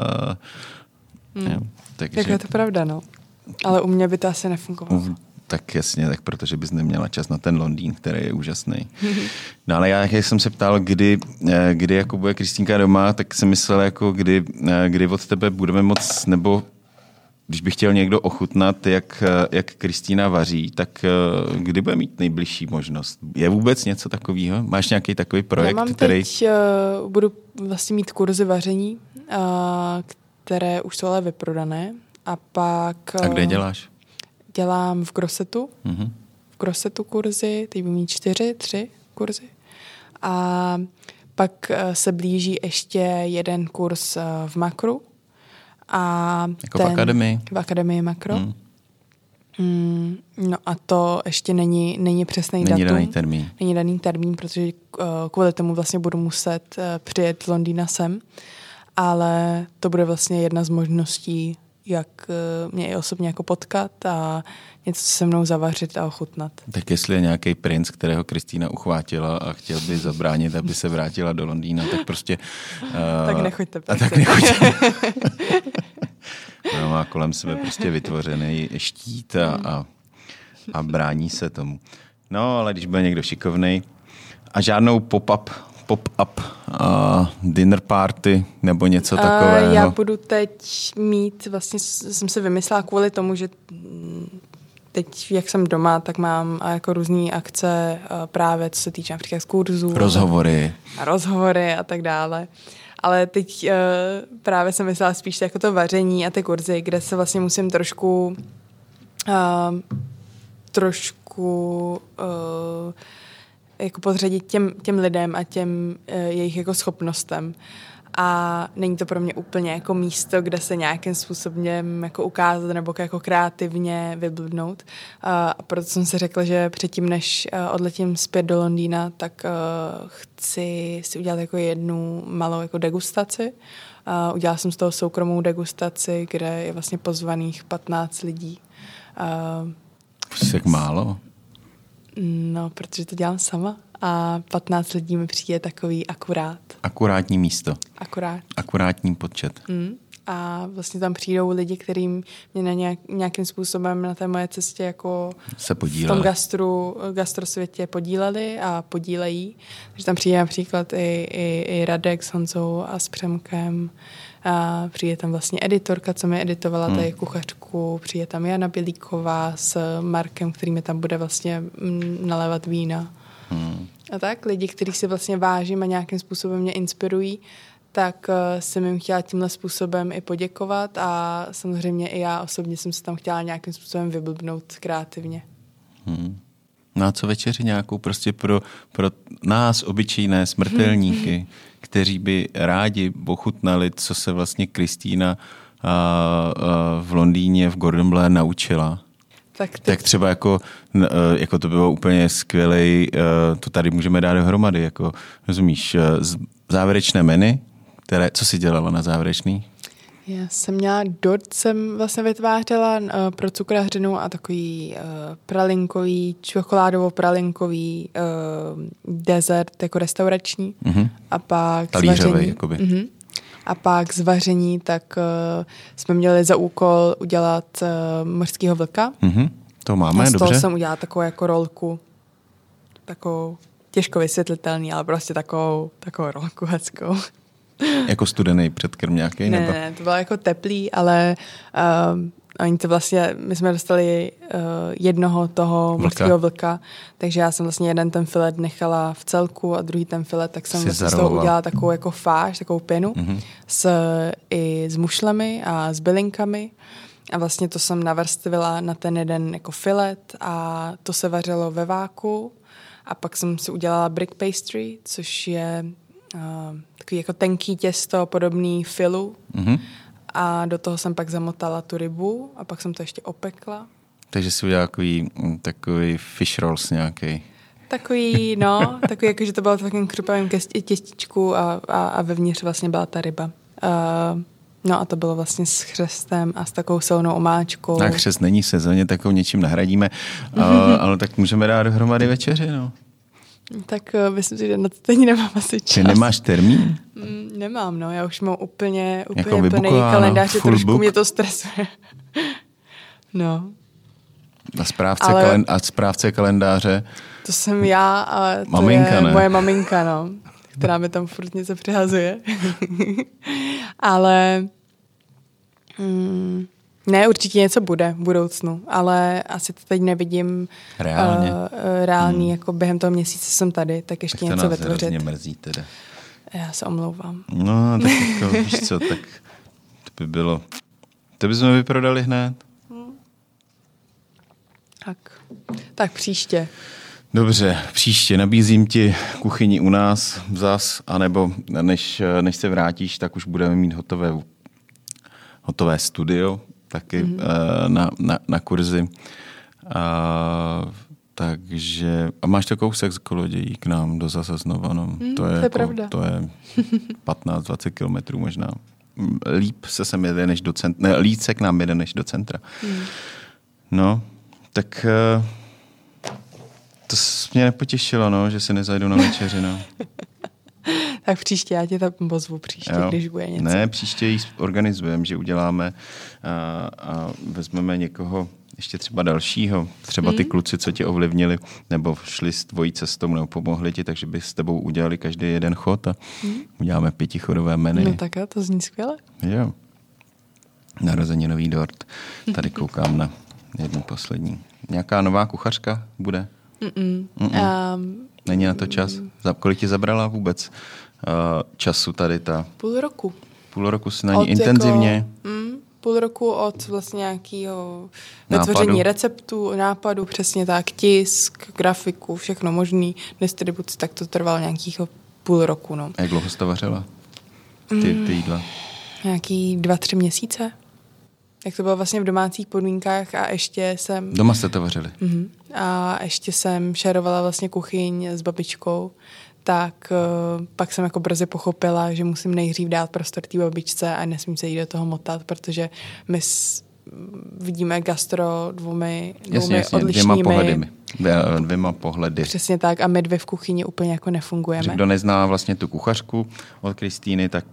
[SPEAKER 1] uh,
[SPEAKER 2] hmm. jo, takže... Tak je to pravda, no. Ale u mě by to asi nefungovalo. Uh,
[SPEAKER 1] tak jasně, tak protože bys neměla čas na ten Londýn, který je úžasný. No ale já, jak jsem se ptal, kdy, kdy jako bude Kristýnka doma, tak jsem myslel, jako kdy, kdy od tebe budeme moc, nebo když by chtěl někdo ochutnat, jak, jak Kristýna vaří, tak kdy bude mít nejbližší možnost? Je vůbec něco takového? Máš nějaký takový projekt?
[SPEAKER 2] Já mám
[SPEAKER 1] který...
[SPEAKER 2] teď, uh, budu vlastně mít kurzy vaření, uh, které už jsou ale vyprodané A pak...
[SPEAKER 1] A kde děláš?
[SPEAKER 2] Dělám v Grossetu.
[SPEAKER 1] Mm-hmm.
[SPEAKER 2] V Grossetu kurzy, teď budu mít čtyři, tři kurzy. A pak se blíží ještě jeden kurz v Makru. A
[SPEAKER 1] jako
[SPEAKER 2] ten,
[SPEAKER 1] v akademii?
[SPEAKER 2] V akademii Makro. Mm. Mm, no a to ještě není, není přesný datum.
[SPEAKER 1] Není daný termín.
[SPEAKER 2] Není daný termín, protože uh, kvůli tomu vlastně budu muset uh, přijet z Londýna sem. Ale to bude vlastně jedna z možností, jak uh, mě i osobně jako potkat a něco se mnou zavařit a ochutnat.
[SPEAKER 1] Tak jestli je nějaký princ, kterého Kristýna uchvátila a chtěl by zabránit, aby se vrátila do Londýna, tak prostě... Uh,
[SPEAKER 2] tak nechoďte.
[SPEAKER 1] A tak nechoďte. No, má kolem sebe prostě vytvořený štít a, a, a brání se tomu. No, ale když bude někdo šikovnej a žádnou pop-up, pop-up uh, dinner party nebo něco uh, takového.
[SPEAKER 2] Já budu teď mít, vlastně jsem se vymyslela kvůli tomu, že teď, jak jsem doma, tak mám jako různý akce uh, právě, co se týče například z kurzů.
[SPEAKER 1] Rozhovory.
[SPEAKER 2] A rozhovory a tak dále. Ale teď uh, právě jsem myslela spíš jako to vaření a ty kurzy, kde se vlastně musím trošku uh, trošku uh, jako podřadit těm, těm lidem a těm uh, jejich jako schopnostem. A není to pro mě úplně jako místo, kde se nějakým způsobem jako ukázat nebo jako kreativně vyblbnout. A proto jsem si řekla, že předtím, než odletím zpět do Londýna, tak chci si udělat jako jednu malou jako degustaci. A udělala jsem z toho soukromou degustaci, kde je vlastně pozvaných patnáct lidí.
[SPEAKER 1] Jsi tak málo?
[SPEAKER 2] No, protože to dělám sama. A patnáct lidí mi přijde takový akurát.
[SPEAKER 1] Akurátní místo.
[SPEAKER 2] Akurát.
[SPEAKER 1] Akurátní počet.
[SPEAKER 2] Mm. A vlastně tam přijdou lidi, kterým mě na nějak, nějakým způsobem na té moje cestě jako
[SPEAKER 1] se podíleli.
[SPEAKER 2] V tom gastru, gastrosvětě podíleli a podílejí. Takže tam přijde například i, i, i Radek s Honzou a s Přemkem. A přijde tam vlastně editorka, co mi editovala hmm. tady kuchařku. Přijde tam Jana Bělíková s Markem, který mi tam bude vlastně nalévat vína. Hmm. A tak lidi, kterých si vlastně vážím a nějakým způsobem mě inspirují, tak uh, jsem jim chtěla tímhle způsobem i poděkovat a samozřejmě i já osobně jsem se tam chtěla nějakým způsobem vyblbnout kreativně.
[SPEAKER 1] Hmm. No a co večeři nějakou prostě pro, pro nás, obyčejné smrtelníky, hmm. kteří by rádi ochutnali, co se vlastně Kristýna uh, uh, v Londýně, v Gordon Blair naučila. Tak, teď... tak třeba jako, jako to bylo úplně skvělej, to tady můžeme dát dohromady, jako rozumíš, závěrečné menu, které, co jsi dělala na závěrečný?
[SPEAKER 2] Já jsem měla dort, jsem vlastně vytvářela uh, pro cukrařinu a takový uh, pralinkový, čokoládovo-pralinkový uh, dezert jako restaurační. Mm-hmm. A pak
[SPEAKER 1] talířový, jakoby. Mm-hmm.
[SPEAKER 2] A pak z vaření, tak uh, jsme měli za úkol udělat uh, mořského vlka.
[SPEAKER 1] Mm-hmm. To máme,
[SPEAKER 2] a z
[SPEAKER 1] dobře.
[SPEAKER 2] toho jsem udělala takovou jako rolku, takovou těžko vysvětlitelný, ale prostě takovou, takovou rolku hezkou.
[SPEAKER 1] Jako studený předkrm nějaký?
[SPEAKER 2] Ne,
[SPEAKER 1] nebo?
[SPEAKER 2] ne, to bylo jako teplý, ale um, oni to vlastně, my jsme dostali uh, jednoho toho mořského vlka, takže já jsem vlastně jeden ten filet nechala v celku a druhý ten filet, tak jsem vlastně z toho udělala takovou jako fáž, takovou pěnu mm-hmm. s, i s mušlemi a s bylinkami a vlastně to jsem navrstvila na ten jeden jako filet a to se vařilo ve váku a pak jsem si udělala brick pastry, což je uh, takový jako tenký těsto podobný filu. Mm-hmm. A do toho jsem pak zamotala tu rybu a pak jsem to ještě opekla. Takže
[SPEAKER 1] jsi udělala takový, takový fish rolls nějaký.
[SPEAKER 2] Takový, no, takový jako, že to bylo v takovém křupavém těstičku a, a, a vevnitř vlastně byla ta ryba. Uh, no a to bylo vlastně s chřestem a s takovou silnou omáčkou.
[SPEAKER 1] A chřest není v sezóně, takovou něčím nahradíme, uh, ale tak můžeme dát dohromady večeři, no.
[SPEAKER 2] Tak uh, myslím si, že na to teď nemám asi čas.
[SPEAKER 1] Ty nemáš termín?
[SPEAKER 2] Mm, nemám, no. Já už mám úplně, úplně
[SPEAKER 1] jako
[SPEAKER 2] plný kalendář, že trošku book. Mě to stresuje. No.
[SPEAKER 1] A správce, Ale... kalen... a správce kalendáře?
[SPEAKER 2] To jsem já a to
[SPEAKER 1] maminka,
[SPEAKER 2] je
[SPEAKER 1] ne?
[SPEAKER 2] moje maminka, no. Která mi tam furt něco přihazuje. Ale... Mm, ne, určitě něco bude v budoucnu, ale asi to teď nevidím
[SPEAKER 1] reálně.
[SPEAKER 2] Uh, reálný, hmm. jako během toho měsíce jsem tady, tak ještě
[SPEAKER 1] tak
[SPEAKER 2] něco vytvořit.
[SPEAKER 1] Tak to nás mrzí teda.
[SPEAKER 2] Já se omlouvám.
[SPEAKER 1] No, tak jako, víš co, tak to by bylo To bychom vyprodali hned.
[SPEAKER 2] Hmm. Tak. tak příště.
[SPEAKER 1] Dobře, příště nabízím ti kuchyni u nás zas, anebo než, než se vrátíš, tak už budeme mít hotové, hotové studio taky mm-hmm. na, na, na kurzy. A, takže, a máš to kousek z Kolodějí k nám do zase znova. No.
[SPEAKER 2] Mm,
[SPEAKER 1] to je,
[SPEAKER 2] to je
[SPEAKER 1] jako,
[SPEAKER 2] pravda.
[SPEAKER 1] To je patnáct dvacet kilometrů možná. Líp se sem jede než do centra. Ne, líp se k nám jede než do centra. Mm. No, tak to mě nepotěšilo, no, že si nezajdu na večeři. No.
[SPEAKER 2] Tak příště, já tě tam pozvu příště, jo. Když bude něco.
[SPEAKER 1] Ne, příště ji organizujeme, že uděláme a, a vezmeme někoho ještě třeba dalšího. Třeba ty mm. kluci, co tě ovlivnili, nebo šli s tvojí cestou, nebo pomohli ti, takže by s tebou udělali každý jeden chod a mm. uděláme pětichodové menu.
[SPEAKER 2] No tak jo, to zní skvěle.
[SPEAKER 1] Jo. Narozeninový dort. Tady koukám na jednu poslední. Nějaká nová kuchařka bude?
[SPEAKER 2] Mm-mm. Mm-mm. Um,
[SPEAKER 1] Není na to čas? Za kolik ti zabrala vůbec uh, času tady ta?
[SPEAKER 2] Půl roku.
[SPEAKER 1] Půl roku si na ní intenzivně?
[SPEAKER 2] Jako, mm, půl roku od vlastně nějakého vytvoření receptů, nápadu, přesně tak, tisk, grafiku, všechno možný, distribuci, tak to trvalo nějakých půl roku. No.
[SPEAKER 1] A jak dlouho jsi to vařila? Ty, ty jídla? Mm,
[SPEAKER 2] nějaký dva, tři měsíce. Jak to bylo vlastně v domácích podmínkách a ještě jsem...
[SPEAKER 1] Doma jste to vařili?
[SPEAKER 2] Uh-huh. A ještě jsem šerovala vlastně kuchyň s babičkou, tak uh, pak jsem jako brzy pochopila, že musím nejdřív dát prostor té babičce a nesmím se jí do toho motat, protože my s, vidíme gastro dvoumi, dvoumi
[SPEAKER 1] jasně, jasně,
[SPEAKER 2] odlišnými...
[SPEAKER 1] Dvěma pohledy. Dvěma pohledy.
[SPEAKER 2] Přesně tak a my dvě v kuchyni úplně jako nefungujeme.
[SPEAKER 1] Že kdo nezná vlastně tu kuchařku od Kristýny, tak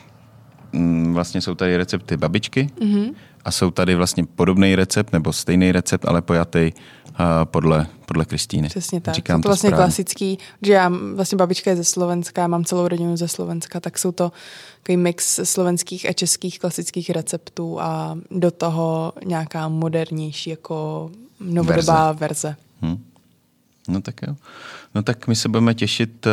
[SPEAKER 1] mm, vlastně jsou tady recepty babičky, mm-hmm. a jsou tady vlastně podobný recept nebo stejný recept, ale pojatý uh, podle, podle Kristýny.
[SPEAKER 2] Přesně tak.
[SPEAKER 1] Říkám
[SPEAKER 2] jsou to, to vlastně správně. Klasický, že já vlastně babička je ze Slovenska, mám celou rodinu ze Slovenska, tak jsou to takový mix slovenských a českých klasických receptů a do toho nějaká modernější jako novodobá verze. verze. Hmm.
[SPEAKER 1] No tak jo. No tak my se budeme těšit, uh,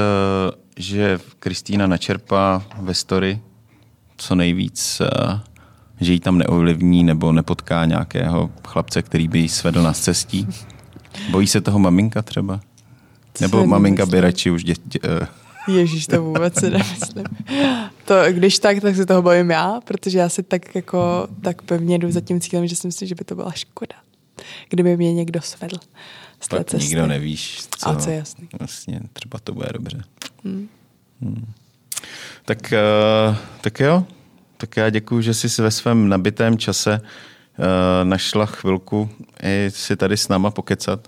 [SPEAKER 1] že Kristýna načerpá ve story co nejvíc, uh, že ji tam neovlivní nebo nepotká nějakého chlapce, který by jí svedl na cestí. Bojí se toho maminka třeba? Nebo maminka by radši už děti... Uh...
[SPEAKER 2] Ježíš, to vůbec si nemyslím. To, když tak, tak se toho bojím já, protože já si tak jako tak pevně jdu za tím cílem, že si myslím, že by to byla škoda, kdyby mě někdo svedl z té
[SPEAKER 1] pak
[SPEAKER 2] cesty.
[SPEAKER 1] nikdo nevíš, co.
[SPEAKER 2] A co je jasný.
[SPEAKER 1] Vlastně, třeba to bude dobře.
[SPEAKER 2] Hmm.
[SPEAKER 1] Hmm. Tak, uh, tak jo. Tak já děkuju, že jsi ve svém nabitém čase uh, našla chvilku i si tady s náma pokecat.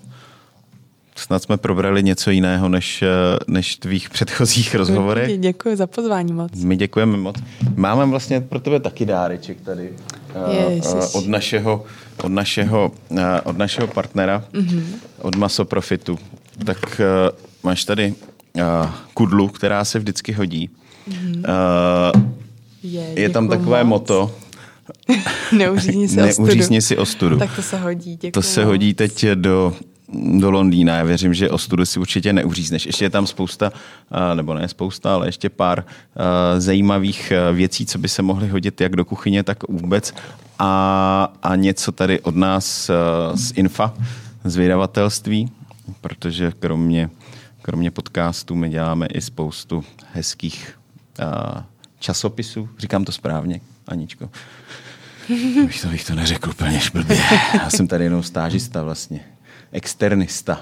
[SPEAKER 1] Snad jsme probrali něco jiného, než, než tvých předchozích rozhovorech.
[SPEAKER 2] Děkuji za pozvání moc.
[SPEAKER 1] My děkujeme moc. Máme vlastně pro tebe taky dáreček tady uh, uh, od, našeho, od, našeho, uh, od našeho partnera, mm-hmm. od Masoprofitu. Tak uh, máš tady uh, kudlu, která se vždycky hodí. Mm-hmm. Uh, Je, je tam takové moc. Moto.
[SPEAKER 2] Neuřízni si ostudu.
[SPEAKER 1] Neuřízni si ostudu.
[SPEAKER 2] Tak to se hodí, děkuji.
[SPEAKER 1] To se hodí teď do, do Londýna. Já věřím, že ostudu si určitě neuřízneš. Ještě je tam spousta, nebo ne spousta, ale ještě pár zajímavých věcí, co by se mohly hodit jak do kuchyně, tak vůbec. A, a něco tady od nás z Infa, z vydavatelství, protože kromě, kromě podcastů my děláme i spoustu hezkých časopisů. Říkám to správně, Aničko? Bych to, bych to neřekl úplně šblbě. Já jsem tady jenom stážista vlastně. Externista.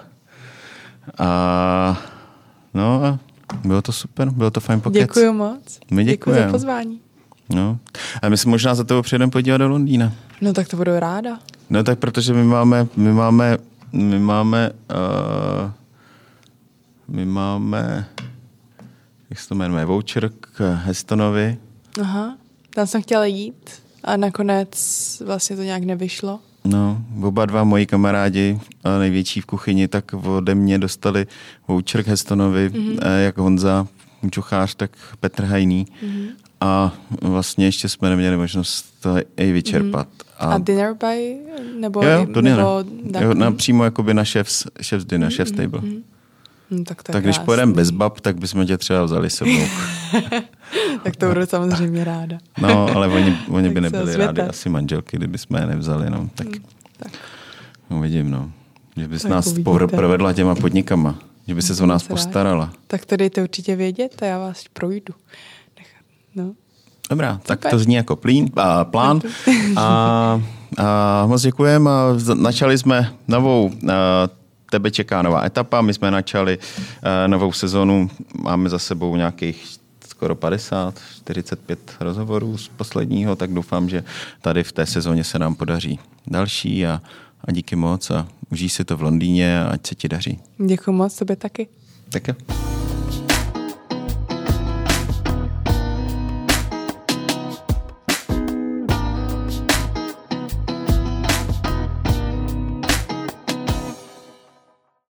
[SPEAKER 1] A no a bylo to super, bylo to fajn pokec.
[SPEAKER 2] Děkuju moc.
[SPEAKER 1] My děkujeme.
[SPEAKER 2] Děkuji za pozvání.
[SPEAKER 1] No. A my se možná za tebou přijedeme podívat do Londýna.
[SPEAKER 2] No tak to budu ráda.
[SPEAKER 1] No tak protože my máme, my máme, my máme, uh, my máme, jak se to jmenuje, voucher k Hestonovi. Aha,
[SPEAKER 2] tam jsem chtěla jít a nakonec vlastně to nějak nevyšlo.
[SPEAKER 1] No, oba dva moji kamarádi, největší v kuchyni, tak ode mě dostali voucher k Hestonovi, mm-hmm. jak Honza Čuchář, tak Petr Hajný. Mm-hmm. A vlastně ještě jsme neměli možnost to i vyčerpat.
[SPEAKER 2] Mm-hmm. A, a dinner by? Nebo,
[SPEAKER 1] jo, do
[SPEAKER 2] nebo
[SPEAKER 1] jo, na, přímo jakoby na chef's, chef's dinner, mm-hmm. chef's table. Mm-hmm.
[SPEAKER 2] No, tak to
[SPEAKER 1] tak když
[SPEAKER 2] krásný.
[SPEAKER 1] pojedeme bez bab, tak bychom tě třeba vzali sebou.
[SPEAKER 2] Tak to budu samozřejmě ráda.
[SPEAKER 1] No, ale oni, oni by
[SPEAKER 2] Tak
[SPEAKER 1] nebyli
[SPEAKER 2] se
[SPEAKER 1] rádi asi manželky, kdyby jsme je nevzali. No. Tak,
[SPEAKER 2] Hmm, tak.
[SPEAKER 1] uvidím, no. Že bys
[SPEAKER 2] Tak
[SPEAKER 1] nás
[SPEAKER 2] uvidíte.
[SPEAKER 1] povr- provedla těma podnikama. Že by se o nás
[SPEAKER 2] Moc ráda.
[SPEAKER 1] postarala.
[SPEAKER 2] Tak to dejte určitě vědět a já vás projdu. No.
[SPEAKER 1] Dobrá, tak
[SPEAKER 2] Super.
[SPEAKER 1] to zní jako plín, a, plán. A, a moc děkujeme. A z- Načali jsme novou, a, tebe čeká nová etapa, my jsme načali a, novou sezonu, máme za sebou nějakých skoro padesát, čtyřicet pět rozhovorů z posledního, tak doufám, že tady v té sezóně se nám podaří další a, a díky moc a užij si to v Londýně a ať se ti daří.
[SPEAKER 2] Děkuji moc, tebe taky.
[SPEAKER 1] Tak jo.